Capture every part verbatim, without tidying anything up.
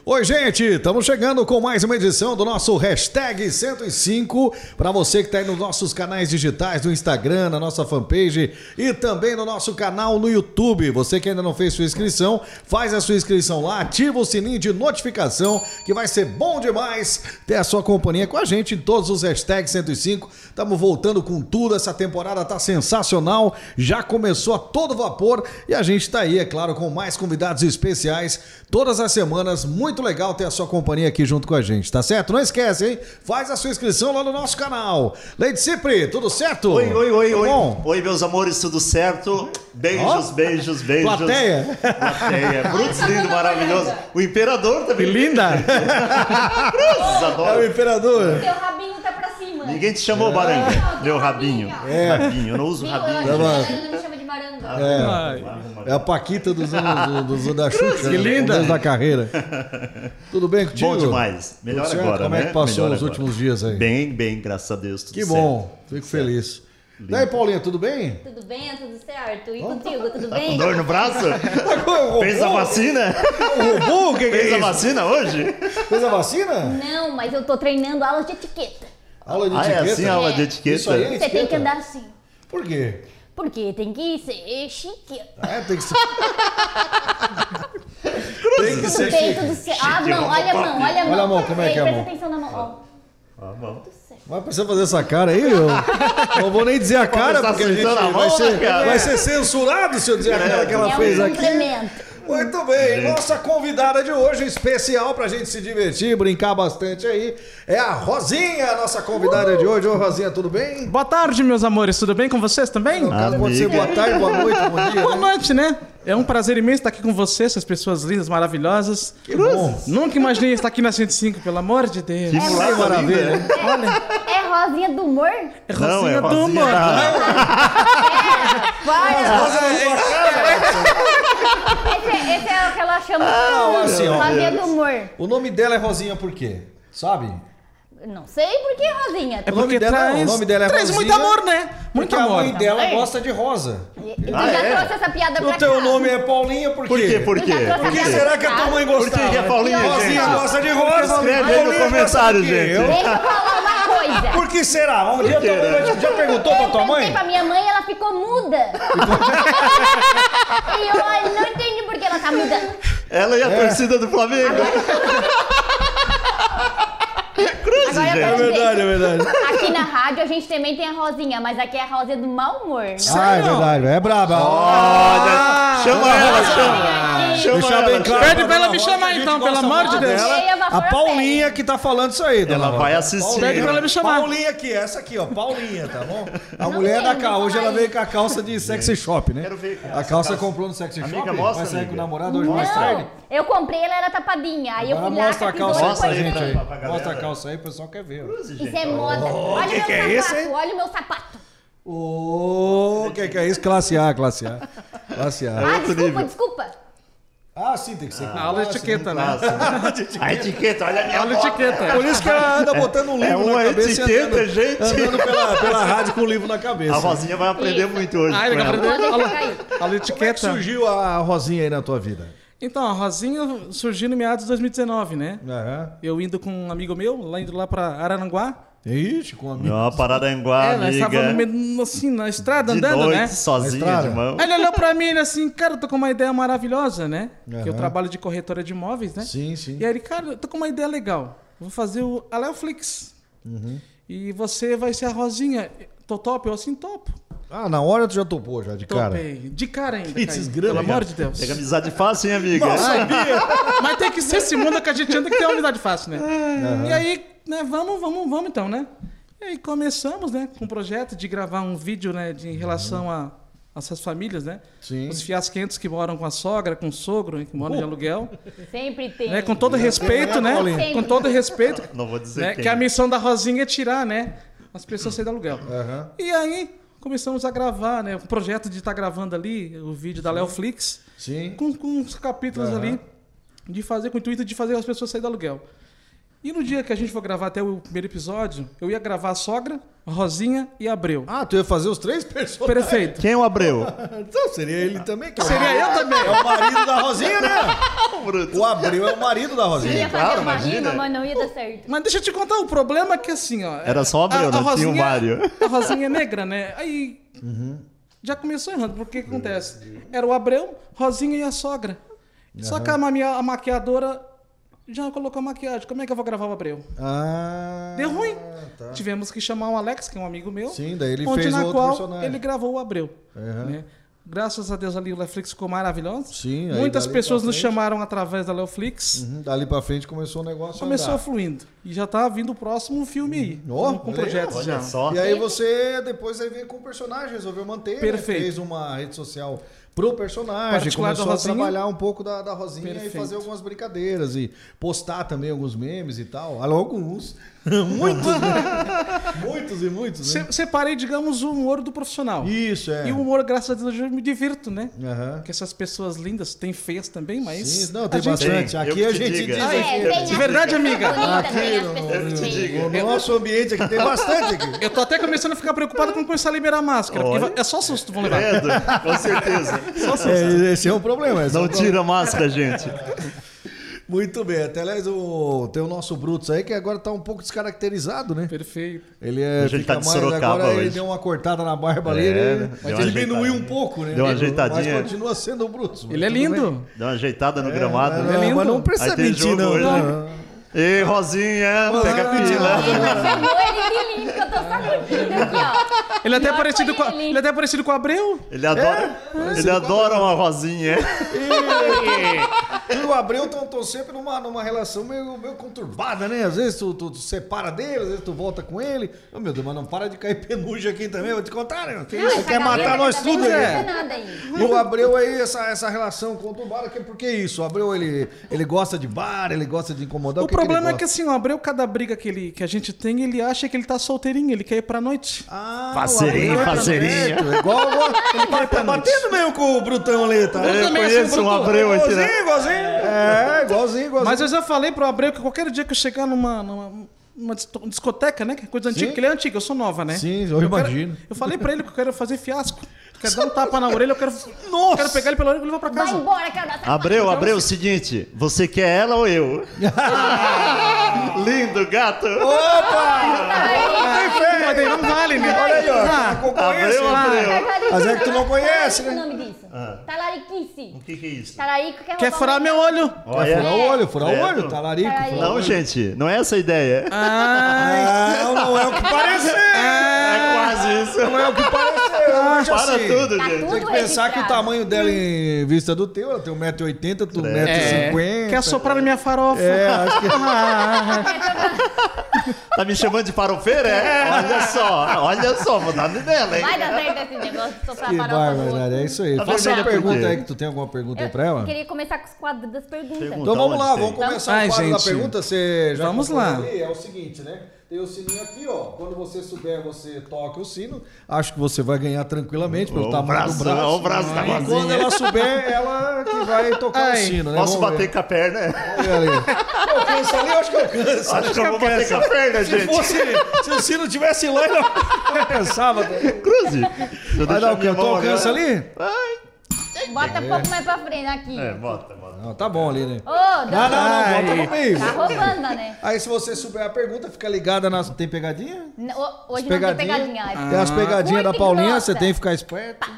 Oi, gente, estamos chegando com mais uma edição do nosso Hashtag cento e cinco. Para você que está aí nos nossos canais digitais do Instagram, na nossa fanpage e também no nosso canal no YouTube. Você que ainda não fez sua inscrição, faz a sua inscrição lá, ativa o sininho de notificação, que vai ser bom demais ter a sua companhia com a gente em todos os Hashtag cento e cinco. Estamos voltando com tudo, essa temporada tá sensacional, já começou a todo vapor e a gente está aí, é claro, com mais convidados especiais todas as semanas. Muito legal ter a sua companhia aqui junto com a gente, tá certo? Não esquece, hein? Faz a sua inscrição lá no nosso canal. Leite Cipri, tudo certo? Oi, oi, oi, tudo oi. Bom? Oi, meus amores, tudo certo? Beijos, oh. beijos, beijos. Plateia. Plateia. Brutos, lindo, maravilhoso. O imperador também. Que linda. Cruzes, adoro. É o imperador. Teu rabinho tá pra cima. Ninguém te chamou é. Baranga. Não, Meu rabinho. rabinho. É. Rabinho, eu não uso Viu? rabinho. Ela Tá não me chama de baranga. É. É a Paquita dos anos do, do, da Xuxa. Que linda. Anos da carreira. Tudo bem contigo? Bom demais. Melhor Tudo agora, Como né? é que passou Melhor os agora. últimos dias aí? Bem, bem, graças a Deus. Tudo Que certo. bom. Fico Tudo feliz. Certo. Daí, Paulinha, tudo bem? Tudo bem, tudo certo. E contigo, tudo Tá bem? com dor no braço? Tá Fez a vacina? O robô? O que, que Fez é a isso? vacina hoje? Fez a vacina? Não, mas eu tô treinando aulas de etiqueta. Aula de Ah, é etiqueta? assim a aula de É. etiqueta? Isso aí é Você etiqueta? tem que andar assim. Por quê? Porque tem que ser chique. É, tem que ser... tem que ser Tem chique. tudo certo. Ah, mão, olha a mão, olha a mão. Olha a mão, como é que é a Ei, mão? Presta atenção na mão. Ó. Ah, bom. Tudo certo. Mas precisa fazer essa cara aí, eu não vou nem dizer a cara, Tá porque a gente sentando a vai mão, ser, né, cara? vai ser censurado se eu dizer a cara que ela É fez um aqui. complemento. Muito bem, nossa convidada de hoje, especial pra gente se divertir, brincar bastante aí, é a Rosinha, a nossa convidada de hoje. Ô, Rosinha, tudo bem? Boa tarde, meus amores, tudo bem com vocês também? No caso, pode ser Amiga. boa tarde, boa noite, bom dia, Boa né? noite, né? É um prazer imenso estar aqui com vocês, essas pessoas lindas, maravilhosas. Que bom. Nunca imaginei estar aqui na cento e cinco, pelo amor de Deus. Que Que maravilha. maravilha, né? Olha, É Rosinha do humor? é Não, é Rosinha do Rosinha humor. da- Para! Rosa na tua cara. Esse, esse é o que ela chama Não, assim, de ó. Rosinha do humor. O nome dela é Rosinha por quê? Sabe? Não sei por que Rosinha. É O nome porque dela- traz, o nome dela é traz Rosinha, muito amor, né? Muito Porque a amor. mãe dela Ei. gosta de rosa. Tu Ah, já é? trouxe essa piada O pra teu cá. nome é Paulinha por quê? Por quê? Por Tu quê? já trouxe Por a que piada será pra que a cá? tua mãe Por gostava? que que é Paulinha, Rosinha gente? gosta de rosa. Escreve aí no Paulinha gosta comentário, de quê? gente. Eu- Deixa eu falar uma coisa. Por que será? Um dia quê, tua mãe né? vai te- já perguntou pra Eu tua perguntei mãe? pra minha mãe, ela ficou muda. E eu ai, não entendi por que ela tá muda. Ela e a É. torcida do Flamengo. Cruzes, Agora eu É quero gente. verdade, é verdade. Aqui na rádio a gente também tem a Rosinha, mas aqui é a Rosinha do mau humor. Né? Ah, é verdade, é braba. Olha, chama ela, chama. Chama Deixa ela, bem claro. Pede pra ela Dona me Rosa, chamar a gente então, gosta pelo amor de muito Deus. dela. Cheia, vapor, A Paulinha que tá falando isso aí, dona Ela Rosa. vai assistir. Pede pra ela me chamar. Paulinha aqui, essa aqui, ó, Paulinha, tá bom? A Não mulher da lembro, calça, hoje fala ela aí. veio com a calça de sexy shop, né? Quero ver, cara, A essa calça calça. comprou no sexy Amiga, shop? mostra, Vai sair com o amiga. namorado hoje mais Não, tarde? eu comprei ela, era tapadinha. Aí eu Agora fui lá, mostra a capisou calça e aí pra Mostra aí, gente aí. pra- pra galera. Mostra a calça aí, o pessoal quer ver. ó. Cruzes, gente. Isso é moda. Olha que o meu que é sapato, isso, hein? olha o meu sapato. Ô, o que que é isso? Classe A, classe A. Classe A. Ah, outro desculpa, nível. desculpa. Ah, sim, tem que ser com A aula de classe, etiqueta, né? A etiqueta, olha a minha Olha a foto. etiqueta. Por isso que ela anda botando um livro uma na cabeça e etiqueta, andando, gente. andando pela, pela rádio com o livro na cabeça. A Rosinha vai aprender Isso. muito hoje. Ah, ele com quer ela. aprender? Deixa Olha, cair. olha a Como é que etiqueta. surgiu a Rosinha aí na tua vida? Então, a Rosinha surgiu no meados de dois mil e dezenove, né? Aham. Eu indo com um amigo meu, lá indo lá pra Araranguá. Ixi, com a minha. Não, parada em Guá, É, nós amiga. estávamos no meio, assim, na estrada, De andando, noite, né? sozinha, Na estrada. de mão. Aí ele olhou pra mim e ele assim, cara, eu tô com uma ideia maravilhosa, né? Aham. Que eu trabalho de corretora de imóveis, né? Sim, sim. E aí ele, cara, eu tô com uma ideia legal. Vou fazer o Aleoflix. Uhum. E você vai ser a Rosinha. Tô top? Eu assim, topo. Ah, na hora tu já topou, já, de cara. Topei. De cara ainda, Que Caio. desgrama, Pelo cara. amor de Deus. Pega amizade fácil, hein, amiga? Ai, mas tem que ser esse mundo que a gente anda que tem uma amizade fácil, né? E aí, né, vamos, vamos, vamos então, né? E aí começamos, né, com o projeto de gravar um vídeo, né, de, em relação a essas famílias, né? Sim. Os fiasquentos que moram com a sogra, com o sogro, que moram de aluguel. Sempre tem. Né, com todo respeito, né? Paulinho? Com todo respeito. Não vou dizer Né, quem. que a missão da Rosinha é tirar, né? As pessoas saírem do aluguel. Aham. E aí começamos a gravar, né? O projeto de estar gravando ali o vídeo da Leoflix. Sim. Com, com uns capítulos Aham. ali de fazer, com o intuito de fazer as pessoas saírem do aluguel. E no dia que a gente for gravar até o primeiro episódio, eu ia gravar a sogra, a Rosinha e a Abreu. Ah, tu ia fazer os três personagens? Perfeito. Quem é o Abreu? Então seria ele também. Que é o Seria marido- eu também. É o marido da Rosinha, né? O Abreu é o marido da Eu Rosinha. ia fazer claro, uma imagina. rima, mas não ia dar certo. Mas deixa eu te contar, o problema é que assim, ó... Era só o Abreu, não tinha o Mário. A Rosinha é negra, né? Aí já começou errando, porque o que acontece? Era o Abreu, Rosinha e a sogra. Só que a, mami- a maquiadora já colocou a maquiagem. Como é que eu vou gravar o Abreu? Ah. Deu ruim. Tá. Tivemos que chamar o Alex, que é um amigo meu. Sim, daí ele onde fez na outro qual personagem. ele gravou o Abreu. Aham. Né? Graças a Deus ali o Leoflix ficou maravilhoso. Sim, aí Muitas dali pessoas pra nos frente- chamaram através da Leoflix. Uhum, dali pra frente começou o negócio a Começou andar. fluindo. E já tá vindo o próximo filme aí. Ó, com olha projetos Olha já. só. E aí você depois aí veio com o personagem, resolveu manter, né? Perfeito. Fez uma rede social pro personagem, Particular começou da a Rosinha. trabalhar um pouco da, da Rosinha Perfeito. e fazer algumas brincadeiras e postar também alguns memes e tal. Ah, alguns. Muitos, né? Muitos e muitos, né? Se- Separei, digamos, o humor do profissional. Isso, é. E o humor, graças a Deus, eu me divirto, né? Aham. Porque essas pessoas lindas, tem feias também, mas... Sim, não, a tem gente- bastante. Tem, eu Aqui que a te gente diga. diz Ah, É, aqui. tem as verdade, pessoas amiga? bonitas, tem as Aqui, pessoas te feias. digo. No nosso ambiente aqui tem bastante aqui. Eu tô até começando a ficar preocupado com começar a liberar a máscara. Porque Olha. vai- é só susto, vão levar. Credo, com certeza. É, esse é um problema. esse é um Não problema. tira a máscara, gente. Muito bem. Até, aliás, o, tem o nosso Brutus aí que agora tá um pouco descaracterizado, né? Perfeito. Ele é, Hoje ele fica tá de mais, Sorocaba agora ele hoje. deu uma cortada na barba ali, É, ele deu uma diminuiu ajeitada. um pouco, né? Deu uma Mas ajeitadinha. continua sendo o Brutus. Ele é Tudo bem. lindo. Dá uma ajeitada no É, gramado. mas né? não, lindo. mas não precisa Aí tem mentir, jogo não. hoje. não. Ei, Rosinha, pega a Ah, fila. Ele chamou ele de lindo, que eu tô sacudindo aqui, ó. Ele é até, Pior parecido foi com, a- ele. ele é até parecido com o Abreu. Ele adora, ele adora uma Rosinha. E o Abreu estão sempre numa, numa relação meio, meio conturbada, né? Às vezes tu, tu, tu separa dele, às vezes tu volta com ele. Oh, meu Deus, mas não para de cair penugem aqui também, vou te contar, né? Você Essa quer matar cabeça nós tá tudo, bem né? nada aí. E o Abreu aí, essa, essa relação conturbada, que, por que isso? O Abreu, ele, ele gosta de bar, ele gosta de incomodar. O, O, que problema que ele é que gosta? assim, o Abreu, cada briga que, ele, que a gente tem, ele acha que ele tá solteirinho, ele quer ir pra noite. Ah, Parceirinho, o Abreu é parceirinho. perto, Igual, igual ele tá batendo meio com o Brutão ali, tá? Eu também conheço sou um bruto. Abreu aqui, Igualzinho, né? igualzinho. É, igualzinho, igualzinho. Mas eu já falei pro Abreu que qualquer dia que eu chegar numa, numa, numa disco- discoteca, né? Que é coisa antiga, Sim. porque ele é antigo, eu sou nova, né? Sim, eu quero- imagino. eu falei pra ele que eu quero fazer fiasco. Quero dar um tapa na orelha, eu quero, Nossa! quero pegar ele pela orelha e levar pra Vai casa. embora, quero dar essa Abreu, Abreu, o seguinte, você quer ela ou eu? Lindo, gato. Tem fé. Mas daí não vale, né? Olha aí, ó. Ah, Concorrência. Abreu, Abreu. Mas é que tu não conhece, Qual é né? o nome disso? Talariquice. O que que é isso? Talarico quer quer roubar furar um- meu olho? Quer Olha. furar o olho, furar o Certo. olho, talarico. Talarico. furar o Não, olho. gente, não é essa a ideia. Ai, Não, não é o que pareceu. É quase isso. Não é o que pareceu. Acho Para assim, tudo, Tá gente. tudo Tem que pensar que o registrado. tamanho dela em vista do teu, ela tem um metro e oitenta, tu um metro e é, cinquenta. quer soprar na minha farofa? É, acho que... Ah, Tá me chamando de farofeira? É? Olha só, olha só, vou dar nela, hein? Vai dar certo esse negócio de soprar Que farofa no barbaridade, outro. é isso aí. Tá Faça uma vermelha por pergunta quê? aí, que tu tem alguma pergunta aí Eu pra ela? queria começar com os quadros das perguntas. Pergunta. Então vamos lá, onde vamos tem? começar Ai, o quadro da gente. pergunta. Você já Vamos colocou lá. ali? É o seguinte, né? Tem o sininho aqui, ó. Quando você souber, você toca o sino. Acho que você vai ganhar tranquilamente pelo Ó, o tamanho braço, do braço. ó, o braço da E Rosinha. quando ela souber, ela que vai tocar Ai, o sino, né? Posso Vamos bater ver. com a perna? Olha ali. Alcança ali, eu acho que alcança. Acho que eu vou bater com a perna, Se gente. fosse, se o sino tivesse lá, eu não alcançava. Cruze. Se eu Vai deixar dar o quê? minha Tu mão alcança agora- ali? Bota um pouco mais pra frente aqui. É, bota, bota. Não, tá bom ali, né? Ô, Não, não, não, Ai. bota no meio. tá roubando, né? Aí se você souber a pergunta, fica ligada nas... Tem pegadinha? N- o- Hoje não tem pegadinha. Tem as pegadinhas da Curta e Paulinha, grossa. você tem que ficar esperto.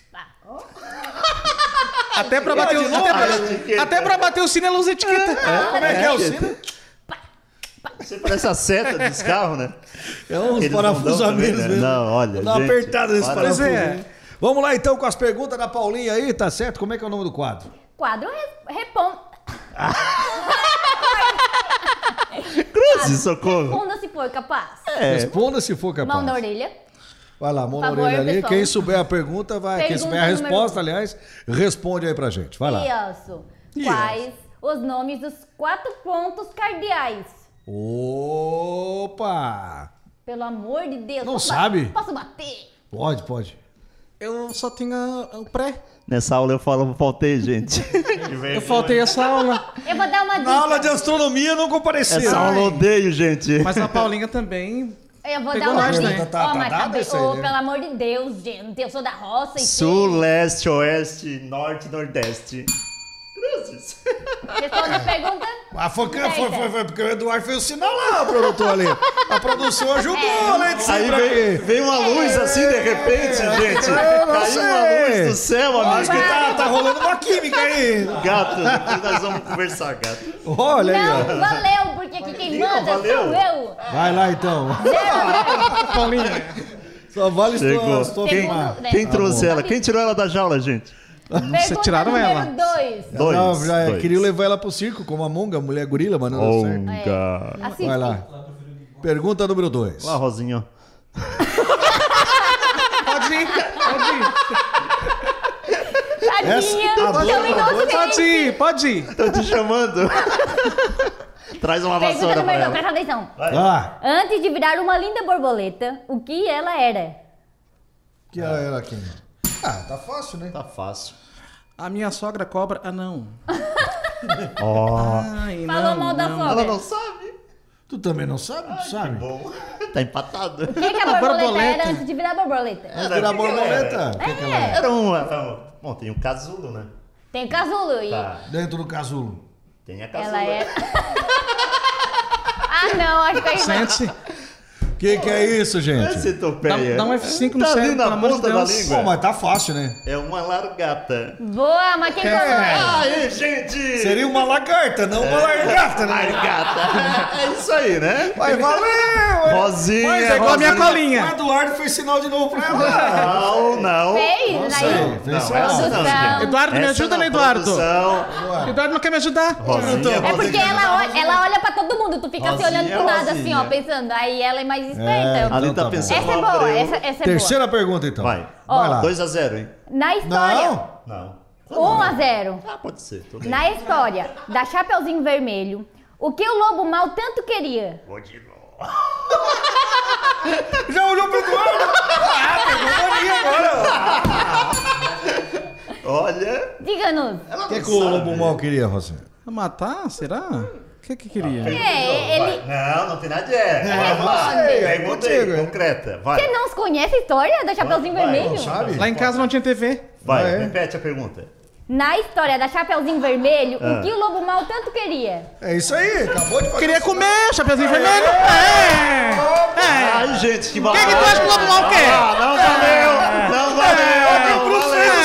até pra bater o até, pra, até pra bater o sino é luz etiqueta. Como é que é o sino? Você parece a seta dos carros, né? É uns Aqueles parafusamentos bundão também, mesmo. né? Não, olha, Dá uma gente, apertada nesse para. parafuso. Pois é. aí. Vamos lá então com as perguntas da Paulinha aí, tá certo? Como é que é o nome do quadro? Quadro re- responda. Cruze, socorro. Responda se for capaz. É. Responda se for capaz. Mão na orelha. Vai lá, mão Por na favor, orelha ali. pessoal. Quem souber a pergunta, vai. Quem Pergunta souber a número resposta, um. aliás, responde aí pra gente. Vai lá. Isso. Isso. Quais os nomes dos quatro pontos cardeais? Opa! Pelo amor de Deus. Não posso sabe? ba- Posso bater? Pode, pode. Eu só tenho a- o pré. Nessa aula eu falo, eu faltei, gente. Eu faltei essa aula. Eu vou dar uma dica. Na aula de astronomia eu não comparecia. Essa aula eu odeio, gente. Mas a Paulinha também. Eu vou Pegou dar uma nós, né? dica. Tá- Ó, tá mas dado bem- isso aí, ô, né? pelo amor de Deus, gente. Eu sou da roça e Sul, leste, oeste, norte, nordeste. Cruzes. responde a pergunta. Ah, foi, foi, Certa. foi, foi porque o Eduardo fez o sinal lá, o produtor ali. A produção ajudou, né? De Aí sempre veio, aqui. veio uma luz assim de repente, gente. Eu não Caiu sei. uma luz do céu, Acho que amigo. tá, tá rolando uma química aí. Gato, depois nós vamos conversar, gato. Olha aí, Não, ó. valeu, porque aqui quem Não, manda valeu. sou eu. Vai lá então. Paulinha. Só vale Chegou. estou Quem, Segundo, né? quem Tá trouxe bom. ela? Quem tirou ela da jaula, gente? Pergunta tiraram número ela. dois. Dois. Não, já dois. queria levar ela pro circo, como a Monga, a mulher gorila, mas não deu certo. Onga. Assiste. Vai lá. Pergunta número dois. Lá, Rosinho. Pode ir, pode ir. Tadinha, Essa- a você é um dois, a dois, Pode ir, pode ir. Tô te chamando. Traz uma Pergunta vassoura pra número dois, ela. presta atenção. Ah, Antes de virar uma linda borboleta, o que ela era? que ela era quem? Ah, tá fácil, né? Tá fácil. A minha sogra cobra. Ah, não. Ó. Ai, Falou não, mal da não. sogra. Ela não sabe? Tu também não sabe? Tu sabe? Bom. Tá empatado. O que, que a borboleta, borboleta. era antes de virar borboleta? Virar borboleta? O que, que ela é? Era um, era um... Bom, tem o casulo, né? Tem o casulo e Tá. Dentro do casulo. Tem a casulo. ela era... ah, não, acho que a gente... Sente-se. O que, que é isso, gente? Esse Dá, topeia. dá um F cinco no Tá ali cérebro, na pelo amor de ponta da Deus. língua. Pô, mas tá fácil, né? É uma largata. Boa, mas quem falou aí? Aí, gente! Seria uma lagarta, não uma largata, né? Largata. É isso aí, né? Mas valeu! Rosinha, Mas É igual a minha Rosinha. O colinha. Eduardo fez sinal de novo pra ela. Não, não. Fez, Nossa, aí. aí, fez Não, sinal. essa não, gente. Eduardo, me Essa ajuda, não, né, Eduardo? produção. Eduardo não quer me ajudar. Rosinha, É porque ela olha, ela olha pra todo mundo, tu fica se Rosinha, olhando pro nada assim, ó, Rosinha. pensando. Aí ela é mais É, esperta. Ali Então tá tá bom. pensando Essa é no boa, Abreu. essa, essa é Terceira pergunta, então. Vai. Vai lá. dois a zero, hein? boa. Na história, Não. Não. um a zero. Ah, pode ser. Tudo bem. Na história da Chapeuzinho Vermelho, o que o lobo mal tanto queria? Vou de novo. Já olhou pro Eduardo? Ah, pegou mania agora. Olha. Diga-nos. O que, que o Lobo Mal queria, Rosinha? Matar? Será? O que que queria? É, ele... Não, não tem nada de é. Responde. Pergunta contigo, aí, hein? concreta. Vai. Você não conhece a história da Chapeuzinho Vai, Vermelho? não sabe? Lá em casa não tinha T V. Vai, Ah, é? repete a pergunta. Na história da Chapeuzinho Vermelho, Ah. o que o lobo mal tanto queria? É isso aí, acabou de fazer. Queria o sinal. comer, Chapeuzinho Vermelho. É! É! Ai, gente, que O que, que tu acha que o lobo mal quer? Ah, não valeu! Não valeu! Não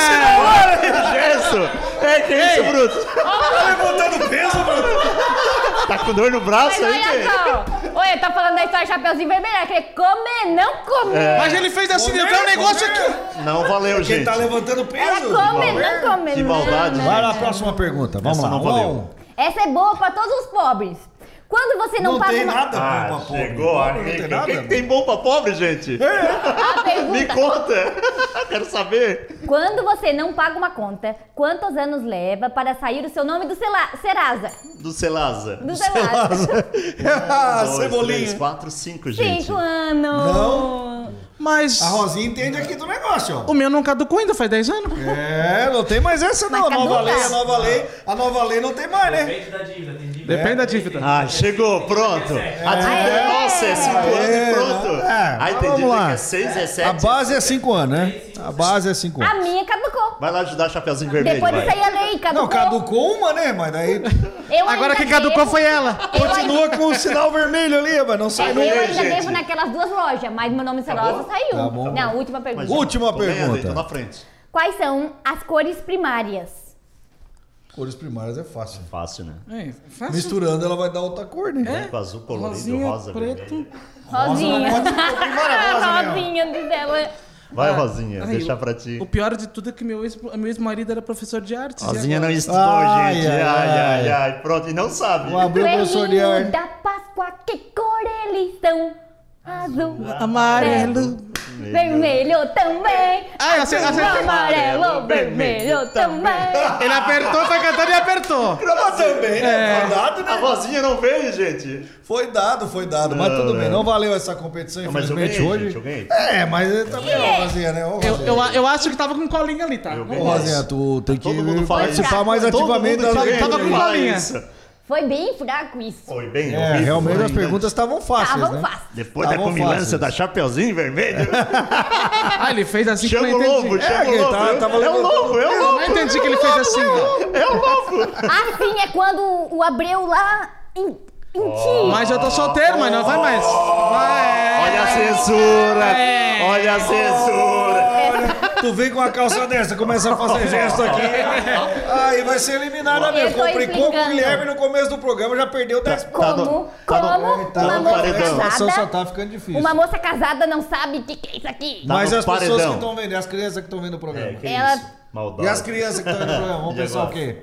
valeu! Gesso! É, que isso, Bruto? Tá levantando peso, Bruno. Tá com dor no Mas braço aí, olha Fê? só, olha, tá falando da história da Chapeuzinho Vermelho, ela queria comer, não comer. Mas ele fez assim, Comer, eu tenho um negócio comer. aqui. Não valeu, Quem gente. tá levantando peso? Ela come, não come. Que não, maldade. não. Vai lá, próxima pergunta. Vamos Essa lá. não um a valeu. um. Essa é boa pra todos os pobres. Quando você não, Não paga tem uma... nada bom Ah, pra pobre. chegou Pobre a não tem rica. nada. O que, que tem bom pra pobre, gente? A Me pergunta, conta. Quero saber. quando você não paga uma conta, quantos anos leva para sair o seu nome do Cela- Serasa? Do Celasa. Do Serasa. Ah, Dois, cebolinha. três, quatro, cinco, gente. Cinco anos. Não. Mas A Rosinha entende aqui do negócio, ó. o meu não caducou ainda, faz dez anos. É, não tem mais essa não. Mas A nova caduca. lei, a nova lei, a nova lei não tem mais, né? Depende da dívida, tem dívida. Depende da dívida. Ah, chegou, pronto. A dívida É. nossa é cinco anos É, e pronto. não- é, Aí mas tem vamos dívida lá. que é seis, é A sete. base é cinco anos, né? A base é cinco A anos. minha caducou. Vai lá ajudar a Chapeuzinho Vermelho, Depois de vai. sair a lei, caducou. Não, caducou uma, né? Mas daí Eu Agora ainda quem caducou devo- foi ela. Eu ainda, continua com o sinal vermelho ali, mas não sai eu nunca. ainda gente. devo naquelas duas lojas, mas meu nome Serasa saiu. Tá bom. Não, última pergunta. Mas, Última tô ganhando, pergunta. hein? Tô na frente. Quais são as cores primárias? Cores primárias é fácil. Fácil, né? É, fácil. Misturando ela vai dar outra cor, né? Branco, azul, colorido, Rosinha, rosa, preto. vermelho. Rosinha. Rosa né, Rosinha, diz ela. Vai, Ah, Rosinha, ai, deixar o- pra ti. O pior de tudo é que meu ex- meu ex-marido era professor de artes. e Rosinha agora? não estudou, Ai, gente. ai, Ai, ai, ai. ai. Pronto, e não sabe. O Abreu professor de Coelhinho arte. da Páscoa, que cor eles são? Azul. Amarelo. Vermelho também. Ah, eu sei- eu sei- Amarelo, vermelho também. Ele apertou, foi cantando e apertou. Mas também, né? É. Verdade, né? A vozinha não veio, gente. Foi dado, foi dado. Mas tudo bem, não valeu essa competição, Não, mas eu infelizmente, ganhei, hoje. gente, eu ganhei. É, mas também não, Rosinha, né? Ô, Eu, Rosinha. eu, eu acho que tava com colinha ali, tá? Eu Ô, ganhei. Rosinha, tu tem que Todo mundo fala participar isso. mais Todo ativamente mundo da que ganha, tava com ele fala bolinha. isso. Foi bem fraco isso. Foi bem É, horrível. realmente Foi as bem- perguntas estavam fáceis, Estavam né? fáceis. Depois da Estavam comilança fáceis. da Chapeuzinho Vermelho. Ah, ele fez assim que eu Chama não o entendi. lobo, chama que o lobo. tava- tava É o levantando- lobo, é o Eu não lobo. entendi que ele fez assim, ó. É o lobo. Assim é quando o Abreu lá em, em ti. Mas eu tô solteiro, mas não vai mais. Vai. Olha a censura. É. Olha a censura. Tu vem com a calça dessa, começa a fazer gesto aqui. Aí vai ser eliminada Eu mesmo. tô Complicou com o explicando. Guilherme no começo do programa, já perdeu dez pontos. Tá no- Como? tá no- Como? tá no uma moça paredão. A situação só casada. tá ficando difícil. Uma moça casada não sabe o que, que é isso aqui. Tá Mas no as pessoas paredão. que estão vendo, as crianças que estão vendo o programa. É, que Ela- isso? Maldosa. E as crianças que estão vendo o programa, vão E pensar o agora? quê?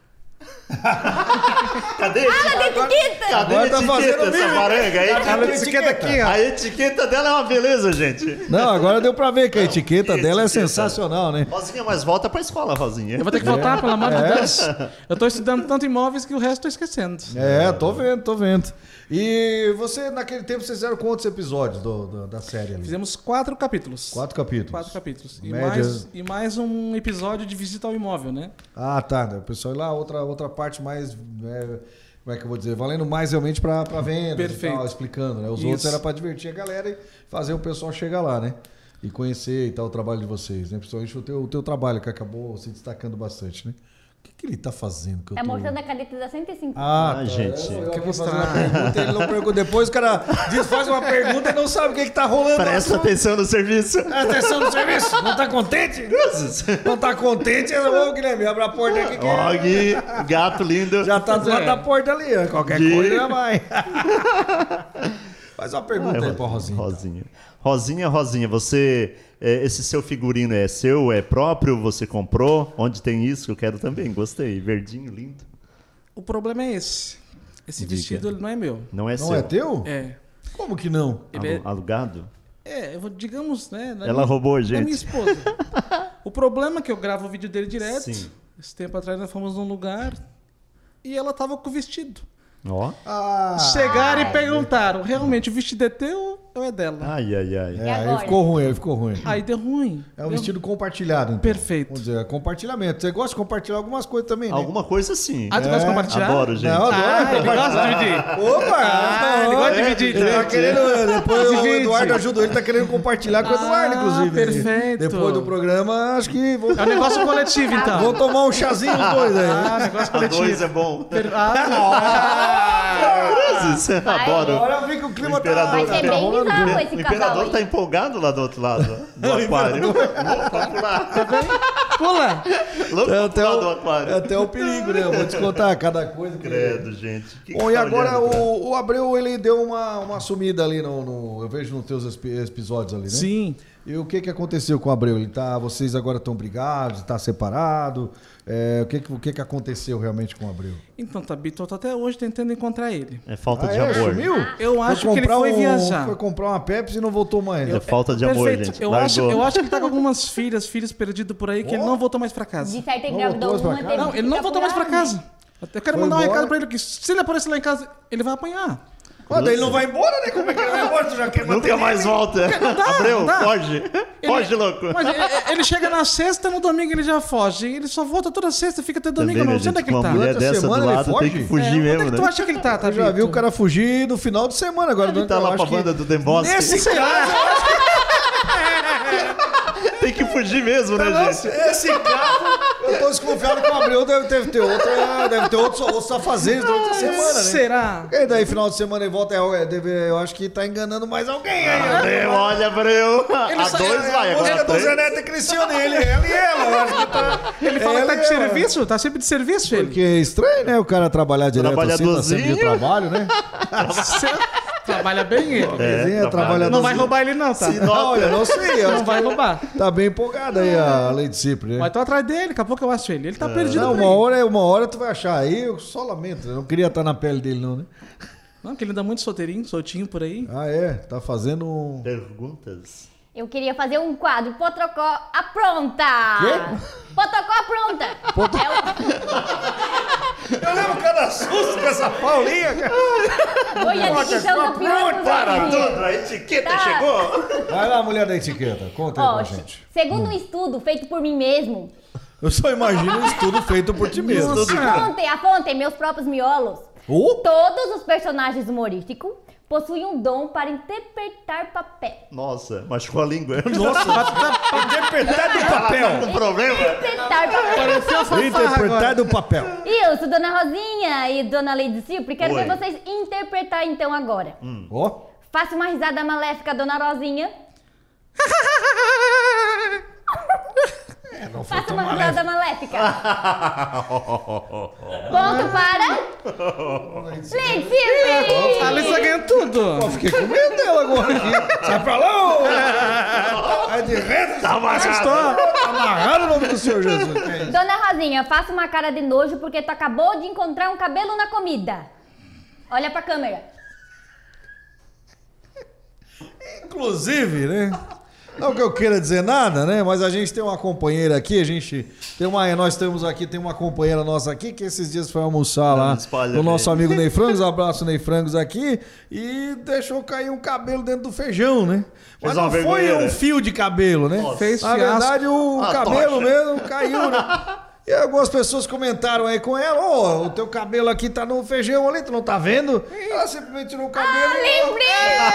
Cadê a etiqueta? Cadê a etiqueta? Cadê a Agora tá fazendo etiqueta, essa vídeo. baranga aí? Cadê Ela a etiqueta aqui, ó. A etiqueta dela é uma beleza, gente. Não, agora deu pra ver que a etiqueta dela é Etiqueta. sensacional, né? Rosinha, mas volta pra escola, Rosinha. Eu vou ter que voltar, pelo amor de É. Deus. Eu tô estudando tanto imóveis que o resto eu tô esquecendo. É, tô vendo, tô vendo. E você, naquele tempo, vocês fizeram quantos episódios do- do- da série ali? Fizemos quatro capítulos. Quatro capítulos. Quatro capítulos. E Média- mais, e mais um episódio de visita ao imóvel, né? Ah, tá. O pessoal ir lá, outra, outra parte mais. é, como é que eu vou dizer? Valendo mais realmente pra, pra venda. Perfeito. E tal, explicando, né? Os Isso. outros era pra divertir a galera e fazer o pessoal chegar lá, né? E conhecer e tal o trabalho de vocês, né? Principalmente o teu, o teu trabalho, que acabou se destacando bastante, né? O que, que ele tá fazendo? Que eu Tá tô... mostrando a caneta da cento e cinco. Ah, Ah, tá. gente. Eu, eu Quer vou fazer mostrar? uma pergunta, ele não pergunta. Depois o cara diz, faz uma pergunta e não sabe o que, que tá rolando. Presta atenção no serviço. Atenção no serviço. Não tá contente? Não tá contente? Ô, Guilherme, abre a porta aqui. Que Ó, Gui, gato lindo. já tá do lado da porta ali. ó. Qualquer Gui. coisa já vai. Faz uma pergunta Vai, aí pra Rosinha. então. Rosinha. Rosinha, Rosinha, você. é, esse seu figurino é seu? É próprio? Você comprou? Onde tem isso? Eu quero também. Gostei. Verdinho, lindo. O problema é esse. Esse Diga. vestido ele não é meu. Não é Não seu? é teu? É. Como que não? Ele é, Alu- Alugado? é, eu vou, digamos, né? da Ela minha- roubou a da gente. minha esposa. O problema é que eu gravo o vídeo dele direto. Sim. Esse tempo atrás nós fomos num lugar e ela tava com o vestido. Ó. Ah, Chegaram e perguntaram, realmente o vestido é teu ou é dela? Ai, ai, ai. é, aí agora? ficou ruim, aí ficou ruim. Aí deu ruim. É um Deu- vestido compartilhado, então. Perfeito. Vamos dizer, é compartilhamento. Você gosta de compartilhar algumas coisas também, né? Alguma coisa sim. Ah, tu gosta de compartilhar? Adoro, gente. Não, adoro. Ah, ele gosta de dividir. Opa! Ah, ele gosta de dividir, Ele tá gente. querendo, depois o Divide. Eduardo ajudou, ele tá querendo compartilhar com o Ah, Eduardo, inclusive. perfeito. Depois do programa, acho que vão, É um negócio coletivo, então. vão tomar um chazinho os dois aí. Ah, negócio A coletivo. dois é bom. Ah, Cruzes, adoro. Agora eu vi que o clima O imperador tá... Vai ser bem rolando. bizarro O esse casal imperador aí. tá empolgado lá do outro lado, ó, do aquário. Louco pra pular. pula. Louco É pra até, pular do o, aquário. é até o perigo, né? Eu vou te contar cada coisa. Que... Credo, gente. Que que Bom, e tá agora olhando, cara? o, o Abreu, ele deu uma, uma sumida ali no, no- eu vejo nos teus espi- episódios ali, né? Sim. E o que que aconteceu com o Abreu? Ele tá, vocês agora estão brigados, está separado? É, o que que, o que que aconteceu realmente com o Abreu? Então, Tabito, eu tô até hoje tentando encontrar ele. É falta Ah, de é? amor. Sumiu? Eu Foi acho que ele comprar foi um- viajar. Foi comprar uma Pepsi e não voltou mais. É falta de amor, Perfeito. gente. Eu Largou. acho, eu acho que ele tá com algumas filhas, filhos perdidos por aí, que ele não voltou mais pra casa. De certo, ele Não engravidou voltou uma, mais pra teve casa? Não, que ele não ficar voltou mais pra curado, casa. Eu quero Foi mandar um embora? recado pra ele que se ele aparecer lá em casa, ele vai apanhar. Ah, daí ele não vai embora, né? Como é que ele vai embora? Tu já quer Nunca mais volta. dá, Abreu, não dá. foge. Foge, louco. Mas ele, ele chega na sexta, no domingo ele já foge. Ele só volta toda sexta, fica até domingo. Também, Eu não né, sei onde é gente, que ele com tá. uma mulher Durante a dessa do semana ele lado tem foge? que É, fugir onde é mesmo, que né? tu acha que ele tá, tá? Eu já vi o cara fugir no final de semana agora. Ele tá lá pra banda do Dembosque. Nesse caso, Tem que fugir mesmo, né, Nossa, gente? esse carro, eu tô desconfiado que o Abreu deve ter, ter outra, deve ter outros, outros afazeres durante a semana, né? Será? E daí, final de semana, ele volta, é, deve, eu acho que tá enganando mais alguém aí. né? Abreu, olha, Abreu. A sa- dois é, vai, A música agora do Zé três. Neto é Cristiano, ele, ela e ela. Eu acho que tá, Ele fala que tá ela de e ela. serviço? Tá sempre de serviço, ele. Porque é estranho, né? O cara trabalhar direto assim, tá Trabalhadorzinho. sempre de trabalho, né? Trabalha bem ele. Resenha, trabalha. trabalhador. Não vai roubar ele não, tá? Se Não, nota. olha, não sei. eu Não acho vai que roubar. Tá bem empolgada aí a Lady Cipri, né? Mas tô atrás dele, daqui a pouco eu acho ele. Ele tá perdido Não, por uma aí. hora, uma hora tu vai achar. Aí eu só lamento. Eu não queria estar na pele dele, não, né? Não, que ele anda muito solteirinho, soltinho por aí. Ah, é? Tá fazendo um... Perguntas. Eu queria fazer um quadro, Potrocó apronta! Quê? Potrocó apronta! Potro... É o... Eu lembro cada susto com essa Paulinha, cara. Hoje a dicção do pior dos Para ouvintes. tudo, a etiqueta Tá. chegou. Vai lá, mulher da etiqueta, conta aí Ó, pra gente. segundo um estudo feito por mim mesmo, Eu só imagino um estudo feito por ti mesmo. Nossa. apontem, apontem meus próprios miolos. Oh? Todos os personagens humorísticos possuem um dom para interpretar papel. Nossa, machucou a língua. Nossa, interpretar do papel. Com problema? Interpretar papel. Pareceu a fanfarra Interpretar agora. do papel. E eu sou Dona Rosinha e Dona Lady Silvio, quero Oi. ver vocês interpretar então agora. Ó. Faça uma risada maléfica, Dona Rosinha. É, não foi Faça tão uma maléfico. risada maléfica. Ponto para... Lady Silvio! A Alissa ganha tudo. Pô, fiquei com medo dela agora aqui. Sai pra lá, ô! Vai de reto. Tá amarrado. Tá amarrado o nome do Senhor Jesus. Que é isso? Dona Rosinha, faça uma cara de nojo porque tu acabou de encontrar um cabelo na comida. Olha pra câmera. Inclusive, né? Não que eu queira dizer nada, né? Mas a gente tem uma companheira aqui, a gente tem uma, nós temos aqui, tem uma companheira nossa aqui que esses dias foi almoçar lá espalha, no nosso velho. amigo Ney Frangos, abraço Ney Frangos aqui, e deixou cair um cabelo dentro do feijão, né? Mas Fez não uma foi vergonha, um né? fio de cabelo, né? Fez Na fiasco. verdade, o Ah, cabelo tocha. mesmo caiu, né? E algumas pessoas comentaram aí com ela, ô, o teu cabelo aqui tá no feijão ali, tu não tá vendo? Ela simplesmente tirou o cabelo Ah, e... lembrei!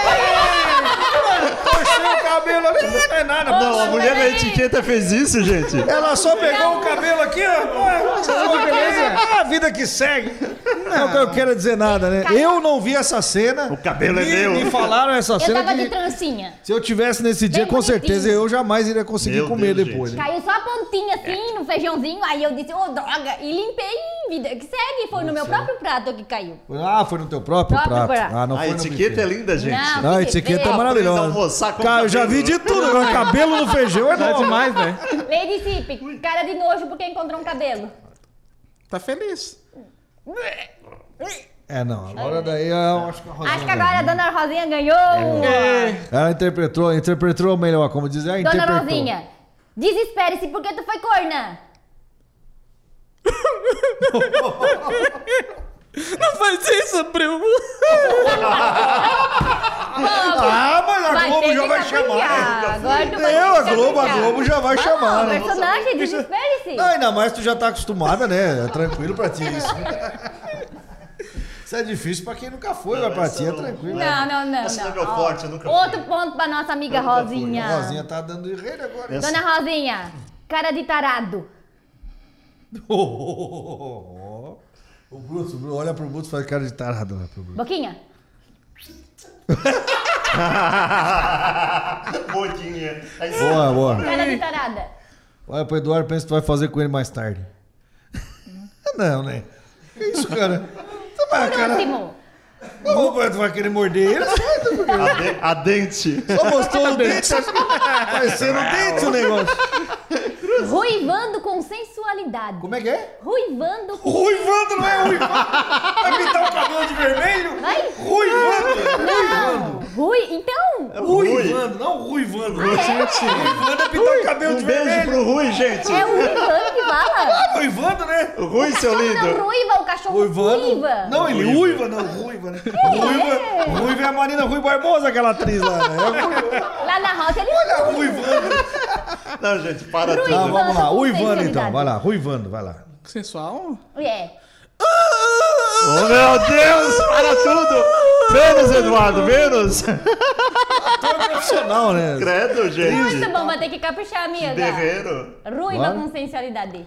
Torceu o cabelo ali, não é nada. Não, a mulher da etiqueta fez isso, gente. Ela só pegou o cabelo aqui, ó. Ué, beleza. É a vida que segue. Não que eu quero dizer nada, né? Eu não vi essa cena. O cabelo é me, meu. Me falaram essa Eu cena tava de que trancinha. se eu tivesse nesse dia, com bonitinho. certeza eu jamais iria conseguir Meu comer Deus, depois. gente. Né? Caiu só a pontinha assim no feijãozinho, aí eu disse, ô droga, e limpei e vida que segue. Foi no meu próprio prato que caiu. Ah, foi no teu próprio, Próprio prato. prato. Ah, não A foi no etiqueta buffet. é linda, gente. Não. Não, a etiqueta é Aprenda a maravilhosa. almoçar com Cara, eu já vi cabelo. de tudo. Agora, cabelo no feijão é Não é novo. demais, né? Lady Cip, cara de nojo porque encontrou um cabelo. Tá feliz. É, não. Agora daí eu acho que a Rosinha Acho que agora a Dona Rosinha ganhou. É. Ela interpretou, interpretou melhor, como dizer, ah, Dona interpretou. Rosinha, desespere-se porque tu foi corna. Não faz isso, primo. Ah, mas a Vai Globo ter já que vai caprichar. chamar. Agora tu vai Eu, ter a que Globo, a caprichar. Globo já vai Vamos, chamar, né? personagem, desespere-se. Não, ainda mais tu já tá acostumada, né? É tranquilo pra ti isso. Isso é difícil pra quem nunca foi, mas pra essa ti é não- tranquilo. Não, não, não. Essa não é não. meu Ó, forte, eu nunca Outro fui. ponto pra nossa amiga Eu nunca fui. Rosinha. A Rosinha tá dando de rei agora. Essa- Dona Rosinha, cara de tarado. Oh, oh, oh, oh. O Bruto, o Bruto, olha pro Bruto e faz cara de tarado lá pro Bruto. Boquinha. Boquinha. Aí sim. Boa, boa. Cara de tarada. Olha pro Eduardo, pensa que tu vai fazer com ele mais tarde. Não, né? Que isso, cara? Tu vai, cara. Próximo. Ô, pai, tu vai querer morder ele? A, de- a dente. Só mostrou o dente. Vai ser no dente o negócio. Ruivando com sensualidade. Como é que é? Ruivando com... Ruivando, não é ruivando? Vai pintar o cabelo de vermelho? Vai. Ruivando. Não. Rui... Então... Ruivando, não ruivando. Ruivando é pintar o cabelo de Um beijo vermelho. pro Rui, gente. É o ruivando que fala. Ruivando, né? O Rui, seu Não, lindo. ruiva, o cachorro Ruivando. ruiva. Não, ele uiva, não, ruiva, né? Ruiva, ruiva é a Marina Rui Barbosa, aquela atriz lá, né? Lá na roça ele... Olha, ruivando. Não, gente, para Rui. tudo. Tá, vamos lá. com Ruivando então, sensualidade. vai lá. Ruivando, vai lá. Sensual? É. Oh, meu Deus, para tudo. Menos, Eduardo, menos. Ator profissional, né? Credo, gente. Muito bom, vai ter que caprichar, amiga. Guerreiro. Ruiva Bora. com sensualidade.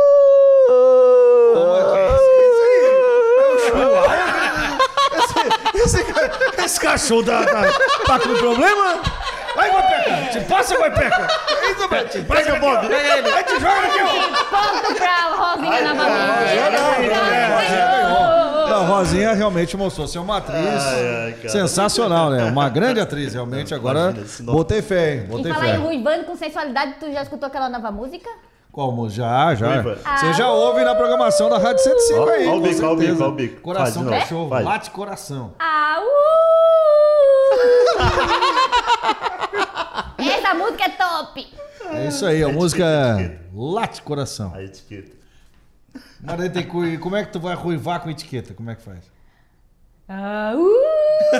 Esse, esse, esse cachorro tá, tá, tá com problema? Vai, Guaipeca! Te passa, Guaipeca! Isso, Beto! Te passa, Pega, Bob. Pega ele! Vai, te joga aqui, ó! E ponto pra Rosinha novamente. Rosinha ganhou, Rosinha ganhou. Não, Rosinha realmente mostrou ser uma atriz Ai, ai, cara. sensacional, né? Uma grande atriz, realmente. Agora, Imagina esse nome. botei fé, hein? E Botei falar em fé. ruivando com sensualidade, tu já escutou aquela nova música? Como? Já, já. Ruiva. Você já ouve na programação da Rádio cento e cinco Ó, aí, ó o com bico, ó o bico, certeza. ó o bico. Coração Faz de novo. cachorro, Faz. bate coração. Au! Essa isso aí, a, A música etiqueta, Late Coração. A etiqueta. Mas aí tem que... Como é que tu vai ruivar com etiqueta? Como é que faz? Ah, uh!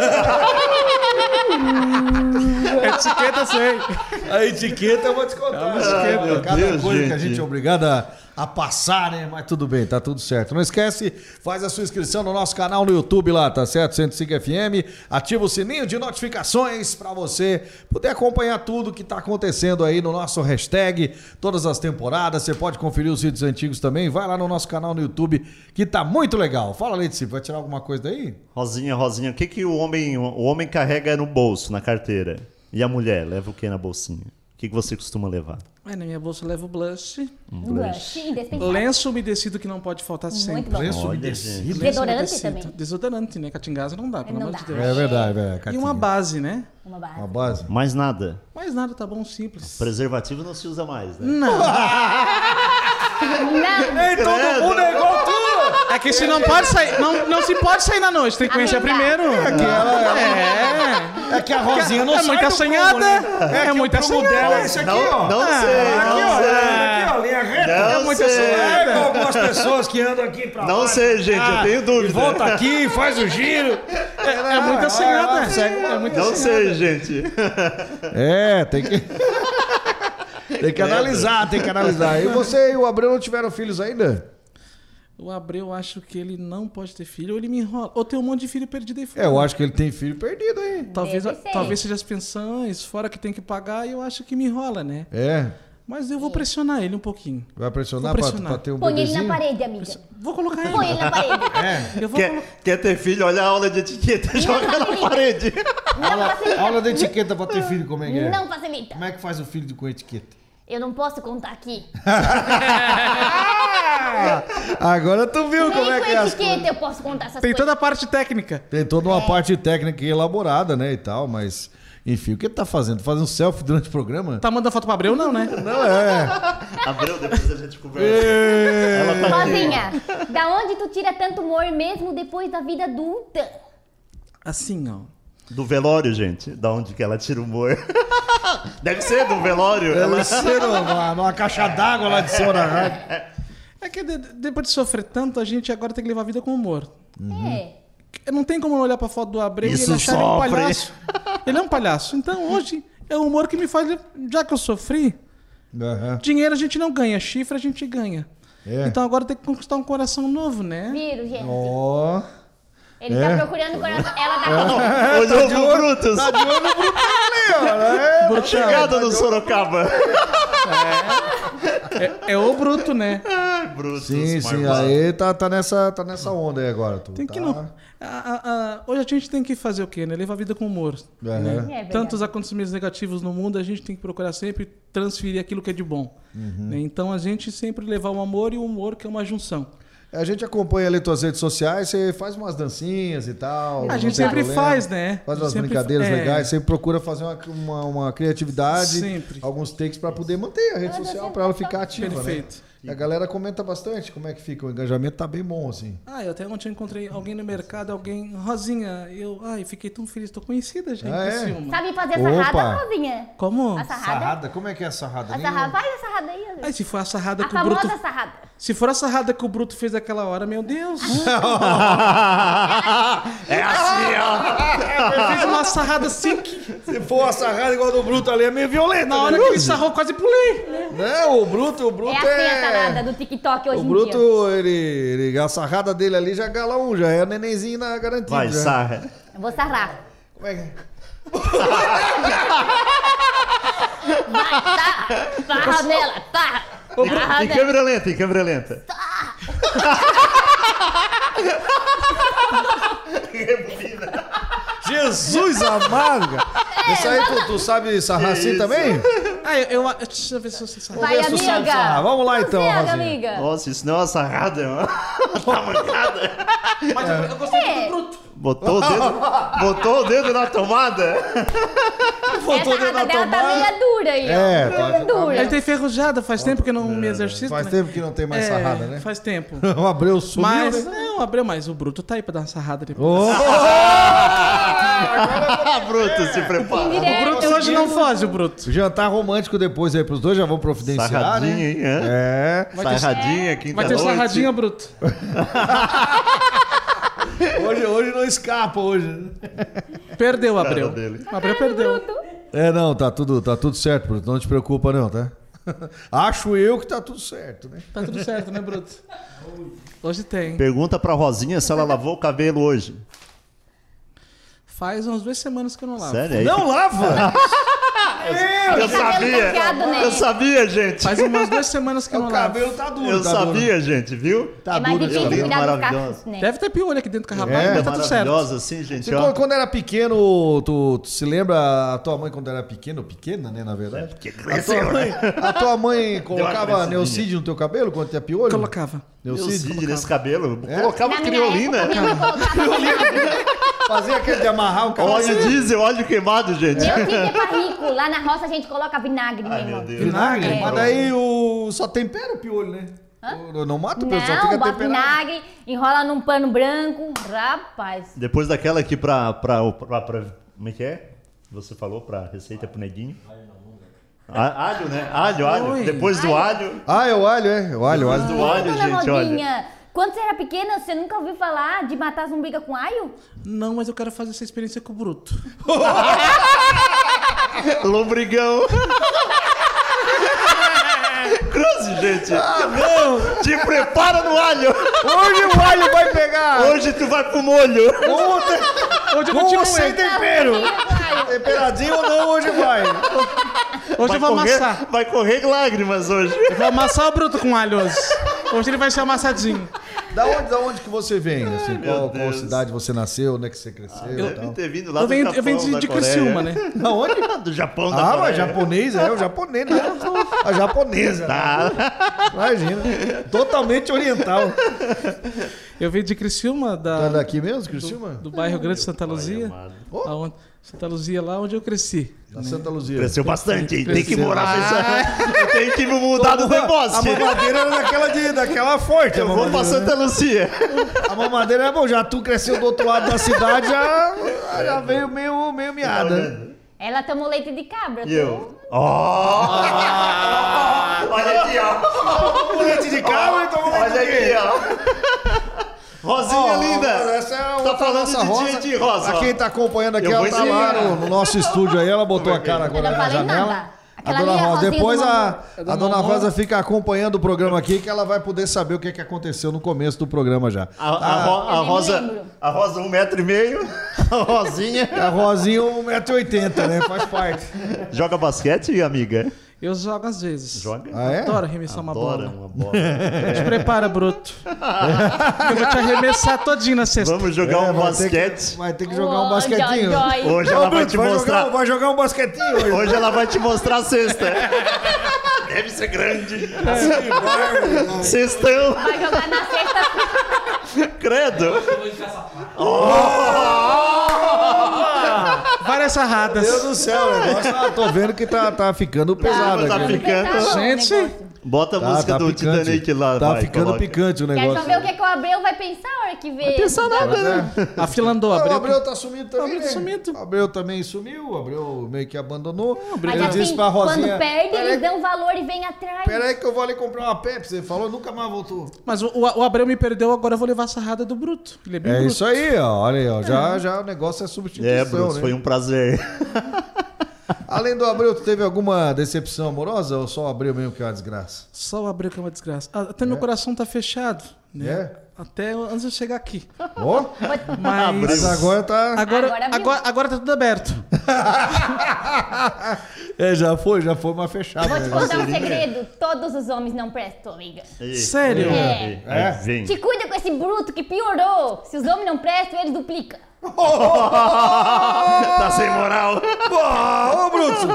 Etiqueta, sei. A etiqueta eu vou te contar. Ah, meu Cada Deus, coisa gente. que a gente é obrigado a, a passar, né? Mas tudo bem, tá tudo certo. Não esquece, faz a sua inscrição no nosso canal no YouTube lá, tá certo? cento e cinco F M. Ativa o sininho de notificações pra você poder acompanhar tudo que tá acontecendo aí no nosso hashtag, todas as temporadas. Você pode conferir os vídeos antigos também. Vai lá no nosso canal no YouTube, que tá muito legal. Fala, Letícia, vai tirar alguma coisa daí? Rosinha, Rosinha, o que, que o, homem, o homem carrega no bolso, na carteira? E a mulher, leva o que na bolsinha? O que, que você costuma levar? Ai, na minha bolsa eu levo blush, Blush, indispensável. lenço umedecido que não pode faltar Muito sempre. bom. Lenço Olha, umedecido. gente. Lenço Desodorante umedecido. também. Desodorante, né? Catingasa não dá, pelo Não amor dá. de Deus. É verdade, velho. E Catinha. uma base, né? Uma base. Uma base. Mais nada. Mais nada, tá bom, simples. Preservativo não se usa mais, né? Não. Não, Ei, todo mundo é igual tu! É que se não pode sair, não, não se pode sair na noite, tem que conhecer não dá. primeiro. É. É que a Rosinha não É sai muito do assanhada. prumo, né? É, que muito o prumo assanhada. dela é esse aqui, Não, ó. não Ah, sei, Aqui, não ó. sei. Aqui, ó, linha reta. Não É muito sei. É igual assanhada. algumas pessoas que andam aqui pra Não lá. sei, gente, eu tenho dúvida. E volta aqui, faz o giro. É muito assanhada. É muito Não assanhada. sei, gente. É, tem que... tem que analisar, tem que analisar. E você e o Abreu não tiveram filhos ainda? O Abreu, acho que ele não pode ter filho, ou ele me enrola. Ou tem um monte de filho perdido aí fora. É, eu acho que ele tem filho perdido aí. Talvez, Deve ser. talvez seja as pensões, fora que tem que pagar, e eu acho que me enrola, né? É, Mas eu vou pressionar ele um pouquinho. vai pressionar, Vou pra- pressionar. Pra, ter um põe ele bebezinho? na parede, amiga. Vou colocar ele. Põe ele na parede. É. Eu vou colo- Quer, quer ter filho? Olha a aula de etiqueta, joga na facilita. parede. Não Aula, facilita. aula de etiqueta pra ter filho, como é que é? Não facilita. Como é que faz o filho de- com etiqueta? Eu não posso contar aqui. Agora tu viu como Nem é com que é as etiqueta coisas. eu posso contar essas Tem coisas. toda a parte técnica. Tem toda uma parte técnica e elaborada, né, e tal, mas... Enfim, o que ele tá fazendo? Fazendo um selfie durante o programa? Tá mandando foto pro Abreu? Não, né? Não é. Abreu, depois a gente conversa. É. Ela tá aqui. Rosinha, da onde tu tira tanto humor mesmo depois da vida adulta? Assim, ó. Do velório, gente. Da onde que ela tira o humor? Deve ser do velório. Ela Ela... ser numa, numa caixa d'água lá de cima da rádio. É que de- depois de sofrer tanto, a gente agora tem que levar a vida com humor. É. Não tem como eu olhar pra foto do Abreu Isso e ele achar ele um sofre. palhaço. Ele é um palhaço. Então hoje é o humor que me faz... Já que eu sofri, Aham. dinheiro a gente não ganha, chifre a gente ganha. É. Então agora tem que conquistar um coração novo, né? Viram, gente? Ó. Ele É. tá procurando o coração. Ela tá... Olhou pro Brutus. Tá de olho no Bruto ali, ó. É, Tá chegado no Sorocaba. É, é o bruto, né? Brutus. sim, sim. Marvado. Aí tá, tá, nessa, tá nessa onda aí agora. Tu. Tem que tá... não. A- a- a- hoje a gente tem que fazer o quê, né? Levar a vida com humor. Aham. né? É verdade. Tantos acontecimentos negativos no mundo, a gente tem que procurar sempre transferir aquilo que é de bom. Uhum. né? Então a gente sempre levar o amor e o humor, que é uma junção. A gente acompanha ali tuas redes sociais, você faz umas dancinhas e tal. A não gente tem sempre problema. faz, né? Faz umas Sempre brincadeiras fa- é. legais, sempre procura fazer uma, uma, uma criatividade, Sempre. alguns takes pra poder manter a rede social, pra ela ficar ativa, Perfeito. né? E a galera comenta bastante como é que fica, o engajamento tá bem bom, assim. Ah, eu até ontem encontrei alguém no mercado, alguém... Rosinha, eu... Ai, fiquei tão feliz, tô conhecida já em Ah, é? Criciúma. Sabe fazer Opa. sarrada, Rosinha? Como? A sarrada? Como é que é a sarrada? A Nem- sarrada. Faz a sarrada aí. Ai, se for a sarrada A que o Bruto... famosa sarrada. Se for a sarrada que o Bruto fez aquela hora, meu Deus. É assim, ó. Eu fiz uma sarrada assim que... Se for a sarrada igual a do Bruto ali, é meio violenta. Na hora né? que ele sarrou, eu quase pulei. Não, o Bruto, o Bruto É é... assim a sarrada do TikTok hoje O em Bruto, dia. ele, ele, a sarrada dele ali já gala um, já é o nenenzinho na garantia. Vai, já. sarra. Eu vou sarrar. Como é que... Vai, tá. Sarra nela, tá. Sarra Em nela. câmera lenta, em câmera lenta. Jesus amado, cara. Isso aí, tu, tu sabe sarrar assim isso? também? Ah, eu, eu... Deixa eu ver se você sabe. Vai, Vamos ver se tu sabe sarrar. amiga. Vamos lá, então, Sossega, Rosinha. amiga. Nossa, isso não é uma sarrada, é uma, uma mancada. Mas eu, eu gostei É. do Bruto. Botou o dedo, botou o dedo na tomada. Essa rada dela tá meio dura aí, ó. É, tá- Meio dura. Ele tem enferrujada, faz tempo que eu não me exercito. Faz né? tempo que não tem mais É, sarrada, né? Faz tempo. O Abreu sumiu, Mas, né? não, Abreu, mas o Bruto tá aí pra dar uma sarrada depois. Ô, Bruto, se prepara. O Indireto. Bruto hoje não foge, o Bruto. jantar romântico depois aí pros dois, já vão providenciar, Sarradinha, né? hein? hã? É. Sarradinha, quinta Vai ter noite. sarradinha, Bruto. Hoje, hoje não escapa, hoje. Perdeu o Abreu. Cara dele. O Abreu perdeu. É, não, tá tudo, tá tudo certo, Bruto. Não te preocupa, não, tá? Acho eu que tá tudo certo, né? Tá tudo certo, né, Bruto? Hoje tem. Pergunta pra Rosinha se ela lavou o cabelo hoje. Faz umas duas semanas que eu não lavo. Sério? Aí Não lava! Eu sabia! bloqueado, né? Eu sabia, gente! Faz umas duas semanas que eu O não lavo. cabelo tá duro, Eu tá sabia, gente, viu? Tá É mais duro. difícil cabelo cuidar dos maravilhoso. cacos, né? Deve ter piolho aqui dentro do carrapato, É, mas tá tudo certo. Maravilhosa assim, gente, Você, ó. quando era pequeno, tu, tu se lembra a tua mãe quando era pequeno? Pequena, né, na verdade? Porque A cresceu, tua mãe, né? a tua mãe colocava crescidinha. neocídio no teu cabelo quando tinha piolho? Colocava. Eu Neocídio? Cid nesse cabelo. É? Colocava Na minha criolina. época, minha mãe colocava Fazia aquele de amarrar o cabelo. Óleo diesel, óleo queimado, gente. Meu filho é pra rico. Lá na roça a gente coloca vinagre, meu Ai, irmão. meu Deus. Vinagre? É. Mas daí o... só tempera o piolho, né? O- Não mata o piolho, só Não, fica bota temperado. vinagre, enrola num pano branco. Rapaz. Depois daquela aqui pra, pra, pra, pra... Como é que é? Você falou pra receita pro neguinho? A- Alho, né? Alho, alho. Oi. Depois do alho... Ah, é o alho, é. O alho, o alho. Do alho, Dona gente, olha. Rodinha, quando você era pequena, você nunca ouviu falar de matar zumbiga com alho? Não, mas eu quero fazer essa experiência com o Bruto. Lombrigão. Cruz, gente. Ah, não. Te prepara no alho. Hoje o alho vai pegar. Hoje tu vai pro molho. Hoje eu Com vou te ou sem tempero. Temperadinho ou não, hoje vai. Hoje vai eu vou correr, amassar. Vai correr lágrimas hoje. Eu vou amassar o Bruto com alho hoje. Hoje ele vai ser amassadinho. Da onde, da onde que você vem? Assim, meu qual, qual Deus. cidade você nasceu, onde é que você cresceu e Deve tal? ter vindo lá Eu do venho, Japão, eu venho de, da de Coreia. Criciúma, né? Da onde? Do Japão, da Ah, Coreia. mas japonês, é, o japonês, né? A japonesa. Tá. Imagina. Totalmente oriental. Eu venho de Criciúma, Tá da, daqui mesmo, Criciúma? do bairro Grande de Santa Luzia. amado. Oh. Aonde, Santa Luzia, lá onde eu cresci. Da Santa Luzia. Cresceu bastante. Tem que Cresceu. morar nessa... Tem que mudar do A negócio. mamadeira era daquela, de, daquela forte. Eu a vou pra mamadeira, Santa Lucia. né? A mamadeira é bom, já tu cresceu do outro lado da cidade, já, já veio meio, meio miada. Ela tomou leite de cabra. E tu? eu? Ó! Olha aqui, ó. O leite de cabra, então Olha aqui, ó. Rosinha Ó, linda. Essa é a Tá outra falando nossa de rosa. dia de rosa, Pra ó. quem tá acompanhando aqui, Eu ela vou tá lá ensinar. no, no nosso estúdio aí, ela botou a cara agora Eu não na falei janela. nada. A Aquela dona ali é a Rosa, Rosinha depois do a, Mamão. a dona Rosa fica acompanhando o programa aqui, que ela vai poder saber o que, que aconteceu no começo do programa já. A, a, Ro- a Eu nem Rosa, lembro. a Rosa um metro e meio, a Rosinha. A Rosinha um metro e oitenta, né? Faz parte. Joga basquete, amiga? Eu jogo às vezes. Joga? Ah, é? Adoro arremessar uma Adora bola. uma bola. Te prepara, Bruto. Eu vou te arremessar todinho na cesta. Vamos jogar um É, vai ter que- basquete. Vai ter que jogar um Ô, basquetinho. Joy, Joy. Hoje Ô, ela vai Bruto, te vai mostrar. jogar, vai jogar um basquetinho hoje. Hoje ela vai te mostrar a cesta. Deve ser grande. Cestão. Vai jogar na sexta. Credo. Várias sarradas. Meu Deus do céu, o negócio, ah, tô vendo que tá, tá ficando pesado tá aqui. ficando. Tá bom o Gente. negócio. Bota a Tá, música tá do picante. Titanic lá. Tá vai, ficando coloca. picante o Quero negócio. saber o que, que o Abreu vai pensar a hora que vê. Vai pensar nada, né? Afilandou, Ah, o abriu. Abreu tá sumindo também, Abreu né? sumido. O Abreu também sumiu, o Abreu meio que abandonou. Mas Ele assim, disse pra Rosinha... quando perde, "Pera eles aí- dão valor e vêm atrás. Pera aí que eu vou ali comprar uma Pepsi. Ele falou, nunca mais voltou. Mas o, o Abreu me perdeu, agora eu vou levar a sarrada do Bruto. Ele é bem É bruto. isso aí, ó. Olha aí, ó. Já, já o negócio é substituição, É, Bruce, né? foi um prazer. Além do Abreu, tu teve alguma decepção amorosa ou só o Abreu mesmo que é uma desgraça? Só o Abreu que é uma desgraça. Ah, Até meu coração tá fechado. Né? É? Até antes de eu chegar aqui. Ó, Mas mas agora tá... agora, Agora abriu. agora, agora tá tudo aberto. É, já foi, já foi mais fechado. Vou o te negócio. contar um segredo. Todos os homens não prestam, amiga. Sério? É. É. Vem. Te cuida com esse bruto que piorou. Se os homens não prestam, eles duplicam. Tá sem moral. Ô, Bruto!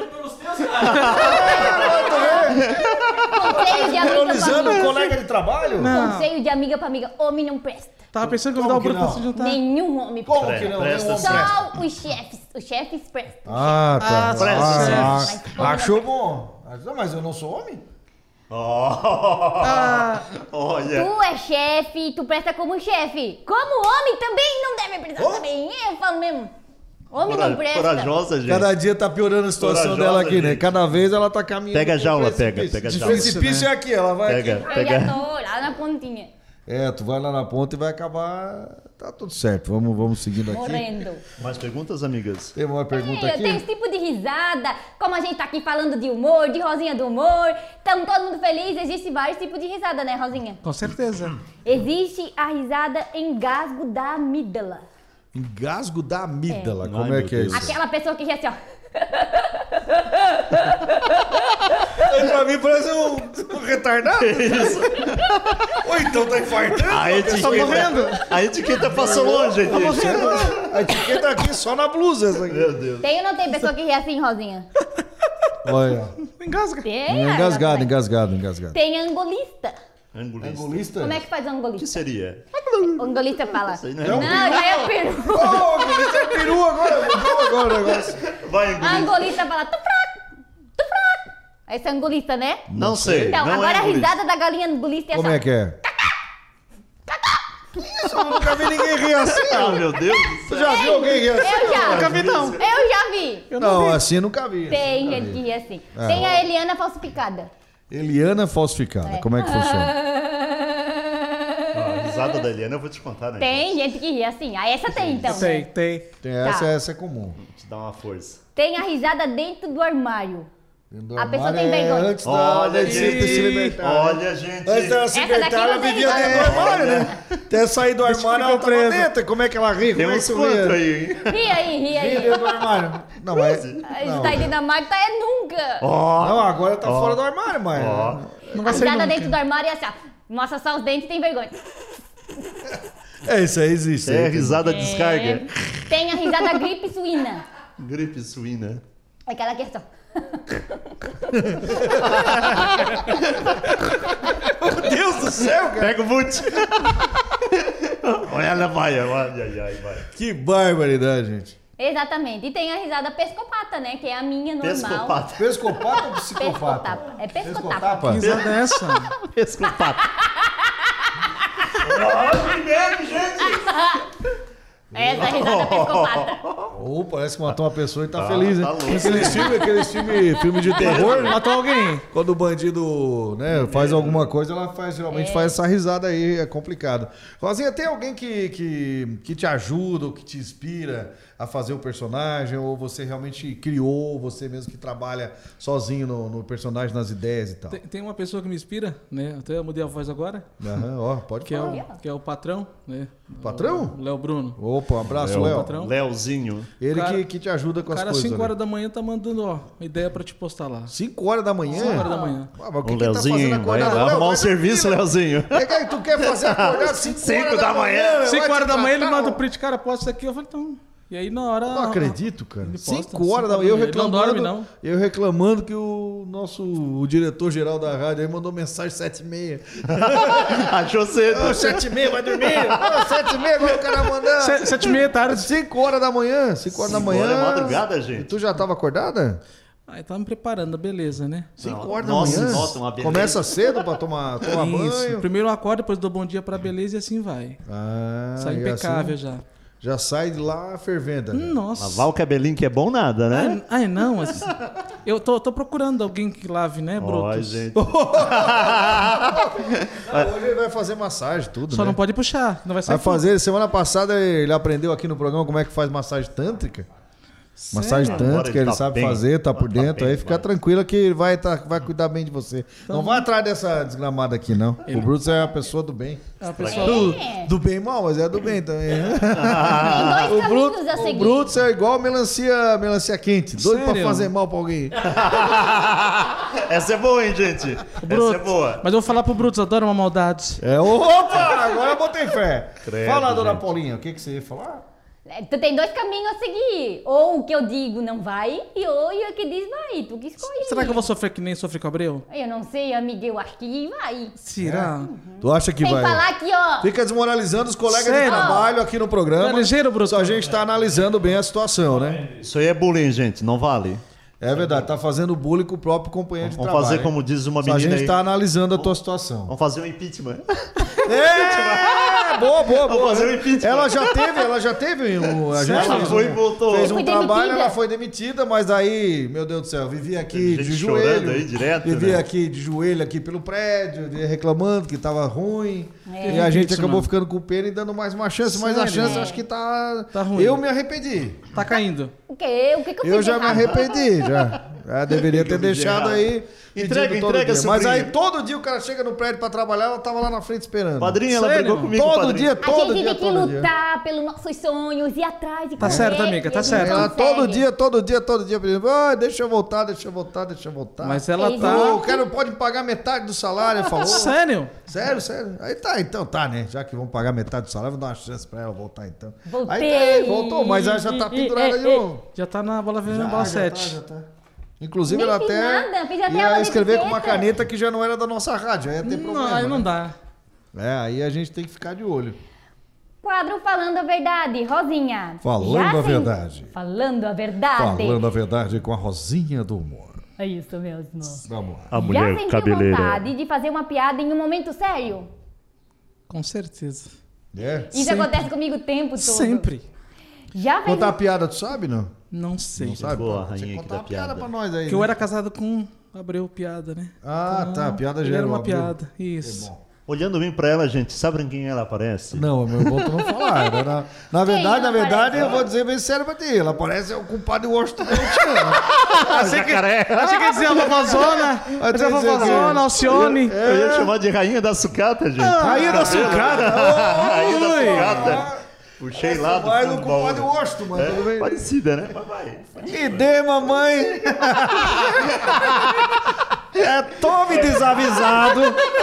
Conselho de amiga Ironizando o amiga. colega de trabalho? Sério? Não. Conselho de amiga pra amiga, homem não presta. Tava pensando que eu Como vou dar o que Bruto pra não? se juntar. Nenhum homem Como presta. que não? Presta Nenhum homem presta. Só os chefes. Os chefes prestam. Ah, tá. Ah, presta, Ah, sim. ah, achou bom. Não, mas eu não sou homem? Oh, Ah, olha. Tu é chefe, tu presta como chefe. Como homem também não deve prestar Oh. também. Eu falo mesmo. Homem Cora- não presta. Corajosa, gente. Cada dia tá piorando a situação Corajosa, dela aqui, né? gente. Cada vez ela tá caminhando. Pega a pro jaula, precipício. pega, pega a O jaula. precipício é aqui, ela vai Pega, aqui. Eu pega. já tô lá na pontinha. É, tu vai lá na ponta e vai acabar. Tá tudo certo. Vamos, vamos seguindo aqui. Morrendo. Mais perguntas, amigas? Tem uma pergunta Tem, tem aqui? esse tipo de risada, como a gente tá aqui falando de humor, de Rosinha do humor, estamos todo mundo feliz, existe vários tipos de risada, né, Rosinha? com certeza. Existe a risada engasgo da amígdala. Engasgo da amígdala. Como Ai, é meu que é Deus. isso? Aquela pessoa que ri assim, ó. Pra mim parece um, um retardado. Ou então tá infartando. A etiqueta, a etiqueta passou longe aqui. A etiqueta aqui só na blusa. Essa aqui. Meu Deus. Tem ou não tem pessoa que ri assim, Rosinha? Olha. Engasga. Tem. Engasgado, Ana, engasgado, engasgado. Tem angolista. Angulista. Angolista? Como é que faz o O que angolista? seria? O angolista fala. Isso aí não é Não, angolista. já é peru. Ô, angolista é peru agora. Mudou agora o negócio. Vai, A angulista. angolista fala, tô fraco, tô fraco. Esse é angolista, né? Não sei. Então, não agora é a angulista. risada da galinha angolista é Como essa. é que é? Eu nunca vi ninguém rir assim. Ah, meu Deus. Tu já viu alguém rir assim? Eu já. Nunca vi, não. Eu já vi. Não, assim eu nunca vi. Tem Nunca gente vi. que ri assim. É. Tem a Eliana falsificada. Eliana falsificada. É. Como é que funciona? Ah, a risada da Eliana eu vou te contar, né? Tem gente que ri assim. Ah, essa tem então. Tem, né? tem. Tem essa, Tá. essa é comum. Vou te dar uma força. Tem a risada dentro do armário. Dentro do A pessoa armário tem é vergonha. Antes da, Olha, de se, de se gente. libertar. Olha, gente. Antes dela se Essa libertar, daqui ela não tem vivia dentro do risada. armário, né? Até sair do armário, ela tava presa. dentro. Como é que ela ri? Tem Como é uns que tu quantos ri? aí, hein? Ri aí, ri Ri aí. dentro do armário. Não, mas... Isso Não, tá aí dentro do armário, tá é nunca. não agora tá fora do armário, mas... Ó. Não A vai ser risada nunca. dentro do armário é assim, ó. Mostra só os dentes e tem vergonha. É, isso aí existe. É aí, risada É. descarga. Tem a risada gripe suína. Gripe suína. Aquela que é só. Meu Deus do céu, cara. Pega o boot. Olha ela vai, olha, ai, ai, vai. Que barbaridade, gente. Exatamente. E tem a risada pescopata, né? Que é a minha normal. Pescopata. Pescopata ou psicopata? Pescotapa. É pescotapa. Pescotapa? Que risada é essa? Pescopata. Olha que merda, gente. Essa é a risada pescopata. Ou parece que matou uma pessoa e tá, Tá, feliz, né? tá louco. Aqueles filmes aqueles filme, filme de terror, né? Matou alguém. Quando o bandido, né, faz alguma coisa, ela faz, geralmente faz essa risada aí, é complicado. Rosinha, tem alguém que, que, que te ajuda ou que te inspira a fazer o personagem? Ou você realmente criou, você mesmo que trabalha sozinho no, no personagem, nas ideias e tal? Tem, tem uma pessoa que me inspira, né? Até eu mudei a voz agora, Aham, ó, pode que é falar. o, que é o patrão, né? Patrão? O Léo Bruno. Opa, um abraço, Léo, Léo. patrão. Léozinho. Ele Cara- que, que te ajuda com O as cara, coisas. cinco horas ali. da manhã, tá mandando, ó, uma ideia pra te postar lá. cinco horas da manhã? cinco horas da manhã. Ah, mas o que O que ele tá fazendo Léozinho, vai, acordado? vai Léo, arrumar um vai serviço, dormir, Léozinho. O que, que tu quer fazer acordar cinco Cinco horas da da manhã? manhã? cinco Vai horas te da manhã ele matar, manda o ó. print, cara, posta isso aqui. Eu falei, então. E aí na hora. Não acredito, cara. Ele posta, cinco horas da cinco manhã. Eu horas da manhã. Ele não reclamando, dorme, não. eu reclamando que o nosso o diretor-geral da rádio aí mandou mensagem sete e meia. Achou cedo. Ô, sete e meia, vai dormir? Ô, sete e meia, agora o cara mandando. Se- Sete e meia tarde. cinco horas da manhã. cinco horas da Cinco manhã. horas é madrugada, E gente. tu já tava acordada? Aí tava me preparando, beleza, né? cinco Não, horas nossa, da manhã. nossa, uma beleza. Começa cedo pra tomar, tomar Isso. banho. Primeiro eu acordo, depois dou bom dia pra beleza e assim vai. Ah, Sai e impecável assim já. já sai de lá fervenda. né? Nossa. Lavar o cabelinho que é bom nada, né? Ai, ai, não, assim, eu tô, tô procurando alguém que lave, né, Ó, Brutus? gente. Ah, hoje ele vai fazer massagem, tudo, Só né? não pode puxar, não vai sair Vai fazer, semana passada ele aprendeu aqui no programa como é que faz massagem tântrica. Massagem Agora tântrica, ele ele tá sabe bem. fazer, tá por Agora tá dentro. bem, Aí fica vai. tranquila que ele vai, tá, vai cuidar bem de você. Não vai atrás dessa desgramada aqui, não. O Brutus é a pessoa do bem. A pessoa, É. Do bem mal, mas é do bem também. né? Tem dois O, caminhos Brutus, a o seguir. Brutus é igual melancia, melancia quente. Doido pra Sério? fazer mal pra alguém. Essa é boa, hein, gente? Essa Brutus, é boa. Mas eu vou falar pro Brutus, adoro uma maldade. É, opa! Agora eu botei fé. Credo, Fala, dona gente. Paulinha, o que, que você ia falar? É, tu tem dois caminhos a seguir. Ou o que eu digo não vai, e ou o que diz vai. Tu que escolhe. Será que eu vou sofrer que nem sofri com o Abreu? Eu não sei, amiga, eu acho que vai. Será? Tu acha que Sem vai? falar aqui, ó. Fica desmoralizando os colegas de Sério? trabalho aqui no programa. Tá ligeiro, Bruto? Só a gente tá analisando bem a situação, né? Isso aí é bullying, gente, não vale. É verdade, tá fazendo bullying com o próprio companheiro de Vamos trabalho. fazer hein? como diz uma Só a menina gente aí. tá analisando a tua situação. Vamos fazer um impeachment. É, boa, boa, boa. fazer o impeachment. Ela já teve, ela já teve um, a gente Ela fez foi um, e voltou. fez um Foi trabalho, demitida. ela foi demitida, mas aí, meu Deus do céu, vivia aqui Gente de chorando joelho, aí direto, vivia né? aqui de joelho aqui pelo prédio, vivia reclamando que tava ruim, É. e a gente Impeachment. acabou ficando com pena e dando mais uma chance, mas a Sério? chance É. acho que tá, Tá ruim. eu me arrependi. Tá caindo. O quê? O que, que eu fiz Eu já de me errado? arrependi, já. Já deveria ter eu fiz de deixado errado? aí. Entrega, pedindo todo entrega, dia. Mas sobrinho. aí todo dia o cara chega no prédio pra trabalhar, ela tava lá na frente esperando. Padrinho, ela Sério? brigou comigo, Todo padrinho. dia, A todo gente dia, tem que todo dia. lutar pelos nossos sonhos, ir atrás e Tá correr, certo, amiga, tá e a gente certo. Ela consegue. todo dia, todo dia, todo dia pedindo, "Ai, deixa eu voltar, deixa eu voltar, deixa eu voltar. Mas ela Eles tá... Eu quero, pode pagar metade do salário, falou. Sério? Sério, sério. Aí tá, então tá, né? Já que vão pagar metade do salário, vou dar uma chance pra ela voltar então. Voltei. Aí tá, aí, voltou, mas ela já tá pendurada de novo. Já tá na bola Já, vendendo bola já sete. tá, já tá. Inclusive, Nem ela fiz até nada, fiz até aula ia de escrever com uma etiqueta. caneta que já não era da nossa rádio, aí ia ter problema. Não, aí não né? dá. É, aí a gente tem que ficar de olho. Quadro Falando a Verdade, Rosinha. Falando Já a sim- verdade. Falando a verdade. Falando a verdade com a Rosinha do humor. É isso mesmo. Vamos lá. A Já mulher sentiu cabeleira. vontade de fazer uma piada em um momento sério? Com certeza. É? Isso Sempre. acontece comigo o tempo todo. Sempre. Já fez Contar a piada, tu sabe, não? Não sei. Não sabe? Boa, Você rainha aqui contar da uma piada piada. pra nós aí. Porque eu né? era casado com Abreu Piada, né? Ah, tá. A piada Ele já era era uma o Abreu. piada. É Isso. bom. Olhando bem pra ela, gente, sabe em quem ela aparece? Não, meu irmão, tu não falar. Era Na, na verdade, na não verdade, parece? eu vou dizer bem sério pra ti. Ela parece o compadre Washington Coutiano. Achei que, achei que ia dizer a vovózona. Vai Ia dizer a dizer o quê? vovózona, Alcione. Eu ia chamar de rainha da sucata, gente. Rainha da sucata. Rainha da Ui. sucata. Puxei lá do Vai no fundo do compadre baú. Washington, mano. Tudo bem? É, parecida, né? Mas vai. E dê, mamãe. É, tome desavisado.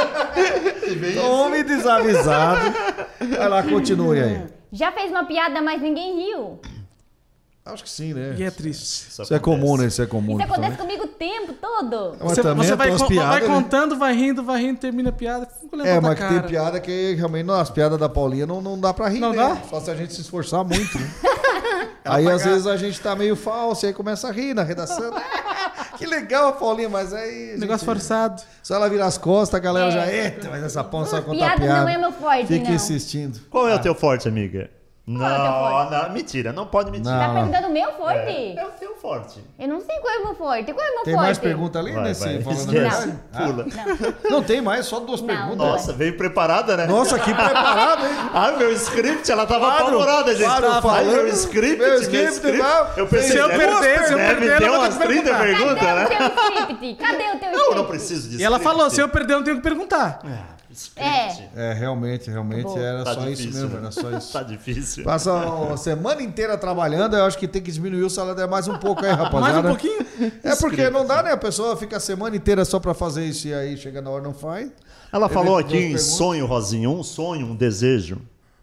Tome desavisado. Vai lá, continue aí. Já fez uma piada, mas ninguém riu. Acho que sim, né? E é triste. Isso é comum, né? Isso é comum. Isso acontece também. comigo o tempo todo. Mas Você, também você as vai, tuas con- piadas, vai né? contando, vai rindo, vai rindo, termina a piada. Fica olhando É, pra mas que cara. tem piada que realmente não, as piadas da Paulinha não, não dá pra rir, Não né? dá? Só se a gente se esforçar muito, né? Aí às vezes a gente tá meio falso, aí começa a rir na redação. Que legal a Paulinha, mas aí. a Negócio gente- forçado. Se ela virar as costas, a galera É. já. Eita, mas essa pão só contar Piada piada. não é meu forte, Fica não. insistindo. Qual é o teu forte, amiga? Não, é o teu forte? não, mentira, não pode mentir. Não. Tá perguntando o meu forte? É o teu forte. Eu não sei qual é o meu forte. Qual é o meu Tem forte? mais pergunta ali Vai, nesse vai. falando a Esquece. verdade? Pula. Não tem mais, só duas Não, perguntas. duas. Nossa, veio preparada, né? Nossa, que preparado, hein? Ah, meu script, ela tava Quadro, apavorada, gente. quadro Ai, falando. meu script, Meu meu script, script. não. Eu pensei, Se eu deve, perder, se eu deve perder, ter eu vou umas ter que trinta perguntar. perguntas, Cadê né? o teu script? Cadê o teu Não, script? não preciso disso. E ela falou, se eu perder, eu não tenho que perguntar. Script. É, realmente, realmente Bom. era Tá só isso difícil, mesmo, né? era só isso. Tá difícil. Passa a semana inteira trabalhando, eu acho que tem que diminuir o salário dela mais um pouco aí, rapaziada. Mais um pouquinho? É porque não dá, né? A pessoa fica a semana inteira só pra fazer isso e aí chega na hora e não faz. Ela falou Teve aqui duas em perguntas. sonho, Rosinha, um sonho, um desejo,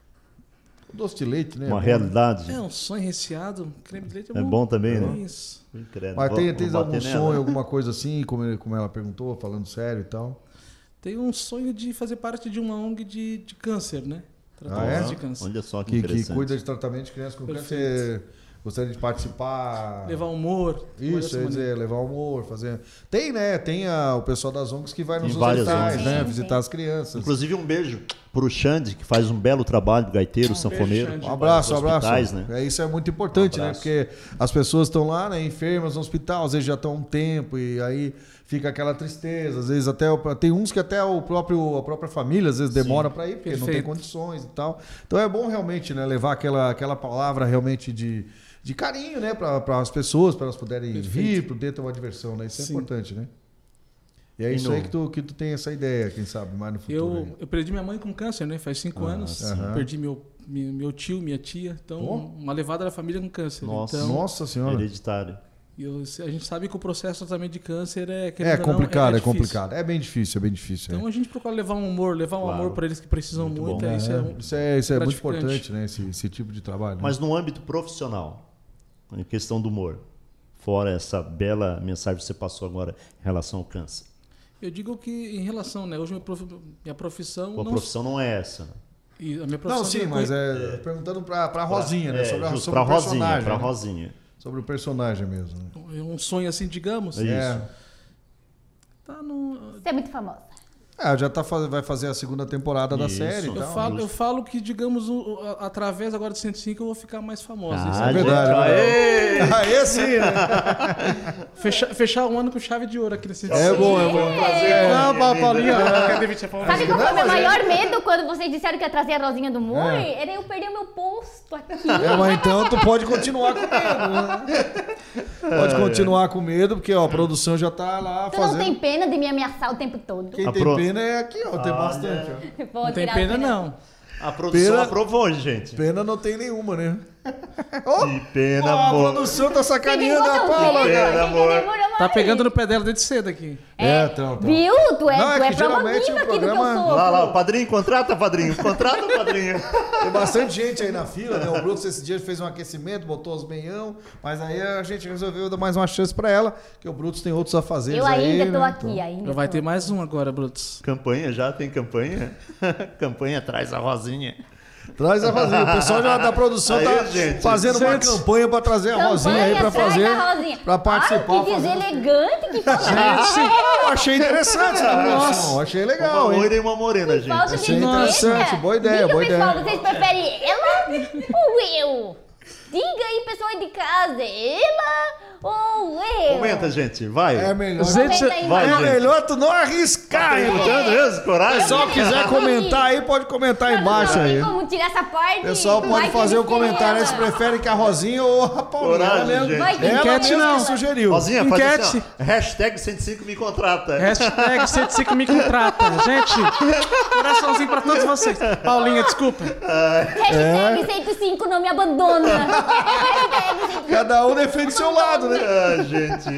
Doce de leite, né? uma Bom. realidade. É, um sonho recheado, creme de leite é, É bom também, né? Isso. Incrível. Mas Vou- tem, vou tem bater algum nela. sonho, alguma coisa assim, como, como ela perguntou, falando sério e tal? Tenho um sonho de fazer parte de uma O N G de, de câncer, né? Ah, é? de câncer. Olha só que, Que, que interessante. cuida de tratamento de crianças com câncer. Gostaria de participar. Levar humor. Isso, eu ia dizer, levar humor, fazer. Tem, né? Tem a, o pessoal das O N Gs que vai nos Tem várias hospitais, O N Gs. né? Sim, Visitar sim. as crianças. Inclusive um beijo pro Xande, que faz um belo trabalho, gaiteiro, sanfoneiro. Xande. Um abraço, um Nos abraço. hospitais, né? É, isso é muito importante, Um né? abraço. Porque as pessoas estão lá, né, enfermas no hospital, às vezes já estão um tempo e aí fica aquela tristeza. Às vezes até o- tem uns que até o próprio a própria família às vezes demora para ir porque não tem Perfeito. condições e tal. Então é bom realmente, né, levar aquela aquela palavra realmente de de carinho, né, para as pessoas, para elas puderem Perfeito. rir, poder ter uma diversão, né? Isso é Sim. importante, né? E é E isso no- aí que tu, que tu tem essa ideia, quem sabe, mais no futuro. Eu, aí. eu perdi minha mãe com câncer, né? Faz cinco Ah, anos. sim. Aham. Perdi meu, meu, meu tio, minha tia. Então, Oh. uma levada da família com câncer. Nossa. Então, Nossa senhora. Hereditário. E eu- a gente sabe que o processo de tratamento de câncer é... É querendo ou não, complicado, é, difícil. complicado. É bem difícil, é bem difícil. Então é. a gente procura levar um humor, levar um Claro. amor para eles que precisam muito. Muito bom. é, isso é, É, um- isso é, isso é muito gratificante. importante, né? Esse, esse tipo de trabalho. né? Mas no âmbito profissional, em questão do humor, fora essa bela mensagem que você passou agora em relação ao câncer. Eu digo que em relação, né? Hoje minha, prof... minha profissão... A não... profissão não é essa. E a minha profissão Não, sim, não- mas é, perguntando pra, pra Rosinha, né? É, Sobre, a, justo, sobre pra o Rosinha, personagem. pra né? Rosinha. Sobre o personagem mesmo. né? É um sonho assim, digamos. É isso. É. Tá no... Você é muito famosa. É, já tá, faz- vai fazer a segunda temporada da Isso. série. e Eu Eu tal. falo, eu falo que, digamos, o- o- a- através agora de cento e cinco eu vou ficar mais famosa. Isso Ah, é verdade, gente, é aê! Aí sim, né? Fechar, fechar o ano com chave de ouro aqui nesse É bom, é bom. Não, Pa- Paulinha, não quer demitir a Paulinha. Sabe qual foi o mas meu é- maior medo quando vocês disseram que ia trazer a Rosinha do Humor? É. Era eu perder o meu posto aqui. É, mas então tu pode continuar com medo. Né? Pode continuar com medo, porque ó, a produção já tá lá Tu não fazendo. tem pena de me ameaçar o tempo todo. Quem A tem pro- pena é aqui, ó. Tem bastante, ó. Vou Não tem tirar a pena, não. A produção Pena- aprovou, gente. Pena não tem nenhuma, né? Ó, Que pena, ó, a amor. produção tá Você sacaneando ficou a tão Paula. feio, pena, achei que amor. demorou mais. Tá pegando no pé dela desde cedo aqui. É, então, então. Viu? Tu é, Não, é tu é que prova geralmente viva o aqui do que eu programa- sou. Lá, lá, o padrinho, contrata, padrinho. Contrata, padrinho. Tem bastante gente aí na fila, né? O Brutus esse dia fez um aquecimento, botou os meião, mas aí a gente resolveu dar mais uma chance pra ela, que o Brutus tem outros afazeres Eu aí, ainda tô né? aqui, ainda Vai tô. ter mais um agora, Brutus. Campanha já? Tem campanha? Campanha atrás a Rosinha. Traz a Rosinha. O pessoal já da produção Aí, tá gente, fazendo uma gente. campanha pra trazer a Rosinha aí pra Campanha fazer. atrás da Rosinha. Pra participar. Ai, que fazer- deselegante que falou. Eu achei interessante essa produção. Achei legal, Uma hein? loira e uma morena, gente. Falta de Achei etiqueta. interessante, boa ideia, Diga, boa pessoal, ideia. vocês preferem ela ou eu? Diga aí, pessoal de casa, ela ou eu? Comenta, gente. Vai. É melhor. Gente, Comenta aí, vai, É mano. gente. melhor tu não arriscar, hein? Perguntando mesmo, Se o coragem? pessoal quiser comentar aí, pode comentar aí embaixo Não aí. tem como tirar essa parte. O pessoal pode Vai que fazer o eles querem comentário aí ela. se prefere que a Rosinha ou a Paulinha. Coragem, Ela mesmo, gente. Vai que ela Enquete mesmo não. que sugeriu. Rosinha, faz Enquete. assim, ó. Hashtag cento e cinco me contrata. Hashtag cento e cinco me contrata. Gente, coraçãozinho pra todos vocês. Paulinha, desculpa. Hashtag cento e cinco não me abandona. Hashtag cento e cinco. Cada um defende seu lado, né? Ah, gente.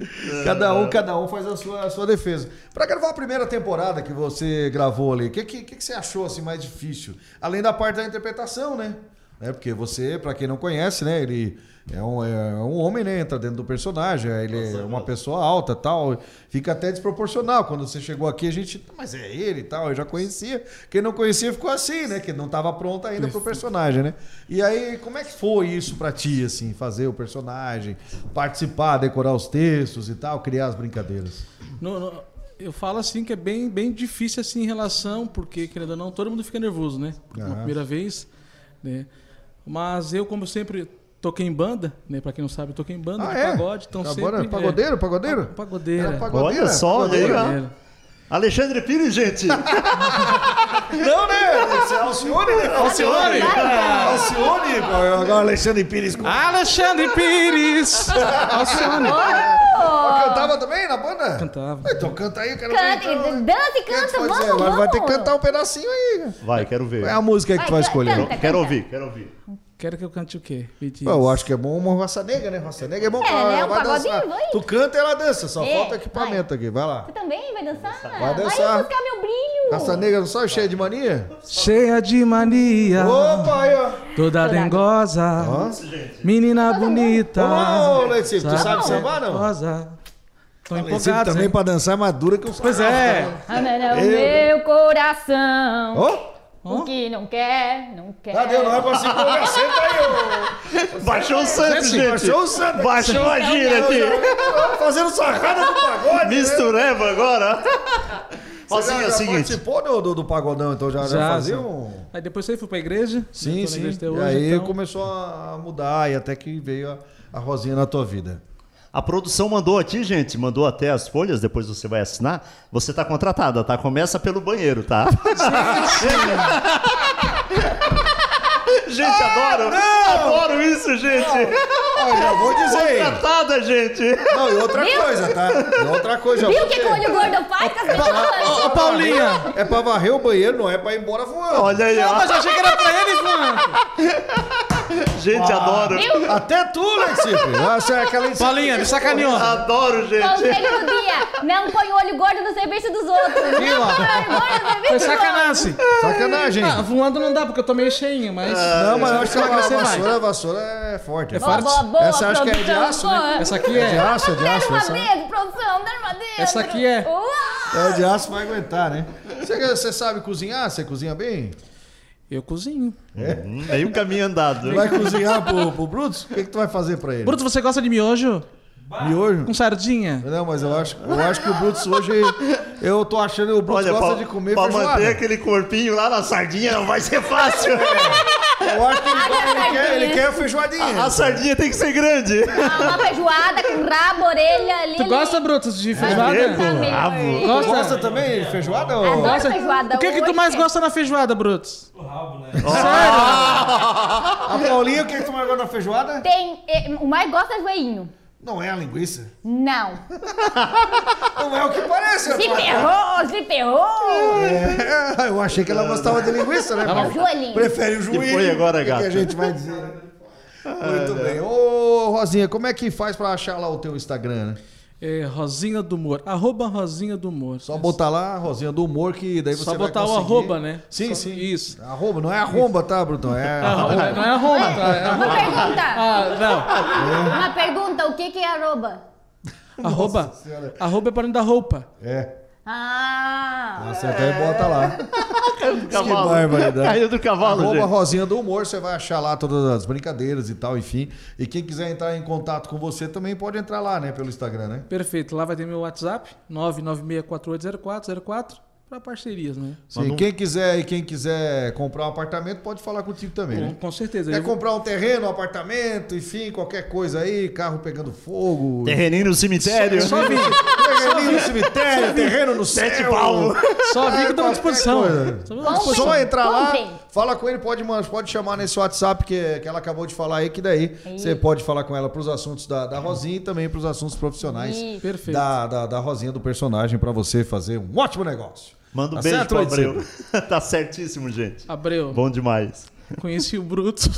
Cada um, cada um faz a sua, a sua defesa. Pra gravar a primeira temporada que você gravou ali, o que, que, que você achou assim, mais difícil? Além da parte da interpretação, né? É, porque você, pra quem não conhece, né? Ele é um, é um homem, né? Entra dentro do personagem, ele é uma pessoa alta tal. Fica até desproporcional. Quando você chegou aqui, a gente. Mas é ele e tal, eu já conhecia. Quem não conhecia ficou assim, né? Que não tava pronto ainda pro personagem, né? E aí, como é que foi isso pra ti, assim? Fazer o personagem, participar, decorar os textos e tal, criar as brincadeiras? No- no- eu falo assim que é bem, bem difícil assim em relação, porque, querendo ou não, todo mundo fica nervoso, né? Uma Ah. primeira vez, né? Mas eu, como sempre, toquei em banda, né? Pra quem não sabe, eu toquei em banda Ah, de é? pagode, então Agora, sempre... pagodeiro, é, pagodeiro? pa- Pagodeira. Era pagodeira? Olha só, olha aí, ó. Pagodeira. Alexandre Pires, gente. Não, né? Esse é Alcione, né? Alcione? Alcione, agora Alexandre Pires. Alexandre Pires! Alcione. Ela cantava também na banda? Cantava. Então canta aí, eu quero Cante, ver. Então. dança e O que que canta, tu vai vamos, dizer? Agora vai ter que vamos. cantar um pedacinho aí. Vai, quero ver. Qual é a música aí que tu vai Vai, escolher? canta. Quero ouvir, quero ouvir. Quero que eu cante o quê? Me diz. Pô, eu acho que é bom uma raça negra, né? Raça negra é bom É, pra né? ela Um vai pagodinho, dançar. vai. Tu canta e ela dança, só É, falta equipamento aqui. Vai lá. Você também vai dançar? Vai dançar. buscar meu brilho. Raça negra não sabe, cheia de mania? Cheia de mania, Opa, aí, ó. toda dengosa, Ó. menina bonita. Ô, Letícia, tu sabe sambar, não? Dengosa. Tô A Letícia empolgado, também hein? pra dançar é mais dura que o Pois é. Amara o Eu- meu coração. Ó, O que não quer, não quer. cadê? Não é pra se empolgar. Senta aí, ô. Baixou o Santos, gente. Baixou o Santos. Baixou a gira aqui. Fazendo sarrada do pagode. né? Mistureba agora. Você Rosinha, já, é o já seguinte. participou do, do, do pagodão, então já, já, Já, fazia já. um... Aí depois você foi pra igreja. Sim, eu tô na sim. igreja até E hoje, aí então- começou a mudar e até que veio a, a Rosinha na tua vida. A produção mandou aqui, gente, mandou até as folhas, depois você vai assinar. Você tá contratada, tá? Começa pelo banheiro, tá? Gente, adoro! Adoro isso, gente! Ah, já vou dizer. Contratada, gente! Não, e outra Viu? coisa, tá? E outra coisa. já Viu vou o que, que dizer. o olho gordo faz com as pessoas? Ô, Paulinha! É pra varrer o banheiro, não é pra ir embora voando. Olha aí, Não, ó. mas eu achei que era pra ele, mano. Gente, adoro. Viu? Até tu, Lexipe. Nossa, é aquela Paulinha, me sacaneou. Adoro, gente. Conselho do dia. Não põe o olho gordo no serviço dos outros. Viu, ó? Não põe o olho gordo no serviço Foi dos outros. sacanagem. Sacanagem. Ah, voando não dá, porque eu tô meio cheinho, mas... Não, mas eu acho que a Você vai. vassoura, a vassoura é forte. É Boa, forte. boa, boa, Essa acho que é de produção, aço, né? boa. Essa aqui É de é... aço, é de aço. Dá uma Essa, dentro, produção, dá uma dentro. Essa aqui é... Uau! é de aço, vai aguentar, né? Você, você sabe cozinhar? Você cozinha bem? Eu cozinho. Hum, meio caminho andado. Vai cozinhar pro, pro Brutus? O que, que tu vai fazer pra ele? Bruto, você gosta de miojo? Miojo? Com sardinha? Não, mas eu acho, eu acho que o Brutus hoje. Eu tô achando que o Brutus Olha, gosta pra, de comer pra feijoada. manter aquele corpinho lá na sardinha não vai ser fácil. Eu acho que ele, Olha a ele, quer, sardinha. ele quer a feijoadinha. A sardinha tem que ser grande. Ah, uma feijoada com rabo, orelha ali. Tu gosta, Bruto, de feijoada? mesmo? Também. Bravo. Tu Gosta? gosta também de feijoada? Ou... Adoro Gosta? feijoada. O que que tu hoje. mais gosta na feijoada, Brutus? A Paulinha, o que, que tu mais gosta da feijoada? Tem, eh, o mais gosta é joelhinho. Não é a linguiça. Não. Não é o que parece. Se rapaz. ferrou, se ferrou. É, eu achei que ela gostava de linguiça, né? É o joelhinho. Prefere o joelho. foi agora, o que que gata? a gente vai dizer? Muito bem. Ô, Rosinha, como é que faz pra achar lá o teu Instagram, né? É, Rosinha do Humor. Arroba Rosinha do Humor. Só botar lá, Rosinha do Humor, que daí você Só vai botar o conseguir. arroba, né? Sim, Só- sim. Isso. Arroba, não é arromba, tá, Brutão? É Arroba, arroba. não é arroba, tá? É Uma arroba. pergunta. Ah, Uma pergunta. O que que é arroba? não. Arroba. Senhora. Arroba é para da roupa. É. Ah. Você até bota lá. Caiu do cavalo. barbaridade. Caiu do cavalo, Arroba gente. Rosinha do Humor, você vai achar lá todas as brincadeiras e tal, enfim. E quem quiser entrar em contato com você também pode entrar lá, né, pelo Instagram, né? Perfeito. Lá vai ter meu WhatsApp, nove nove seis quatro oito zero quatro zero quatro, para parcerias, né? Sim, quem quiser e quem quiser comprar um apartamento pode falar contigo também, Com, né? com certeza. Quer Eu vou- comprar um terreno, um apartamento, enfim, qualquer coisa aí, carro pegando fogo. Terreninho no cemitério. Só vim. Terreninho no cemitério, terreno no Sete céu. pau. Só vim que estou à disposição. coisa. Estamos à Comprem. disposição. Só entrar lá, Comprem. fala com ele, pode, man- pode chamar nesse WhatsApp que, que ela acabou de falar aí, que daí você pode falar com ela pros assuntos da, da Rosinha e também pros assuntos profissionais Isso. Perfeito. da, da, da Rosinha, do personagem, pra você fazer um ótimo negócio. Manda um Tá beijo certo, pro Leite? Abreu. Tá certíssimo, gente. Abreu, Bom demais. conheci o Bruto.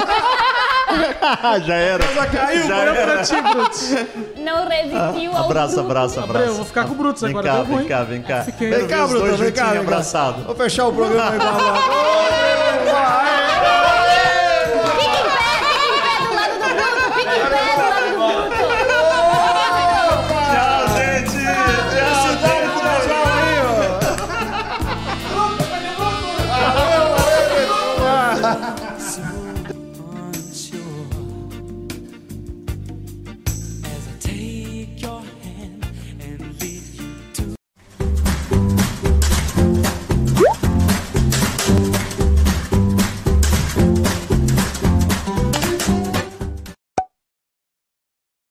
Já era. Já caiu, Já Olha era. pra ti, Bruto. Não resistiu ao Abraço, truque. abraço, abraço. Abreu, vou ficar com o Brutus Vem agora, cá, deu vem ruim. cá, vem cá. Fiquei- Quero Vem ver cá, os Brutão, dois vem cá, juntinhos vem cá. abraçados. Vou fechar o programa aí, blá, blá.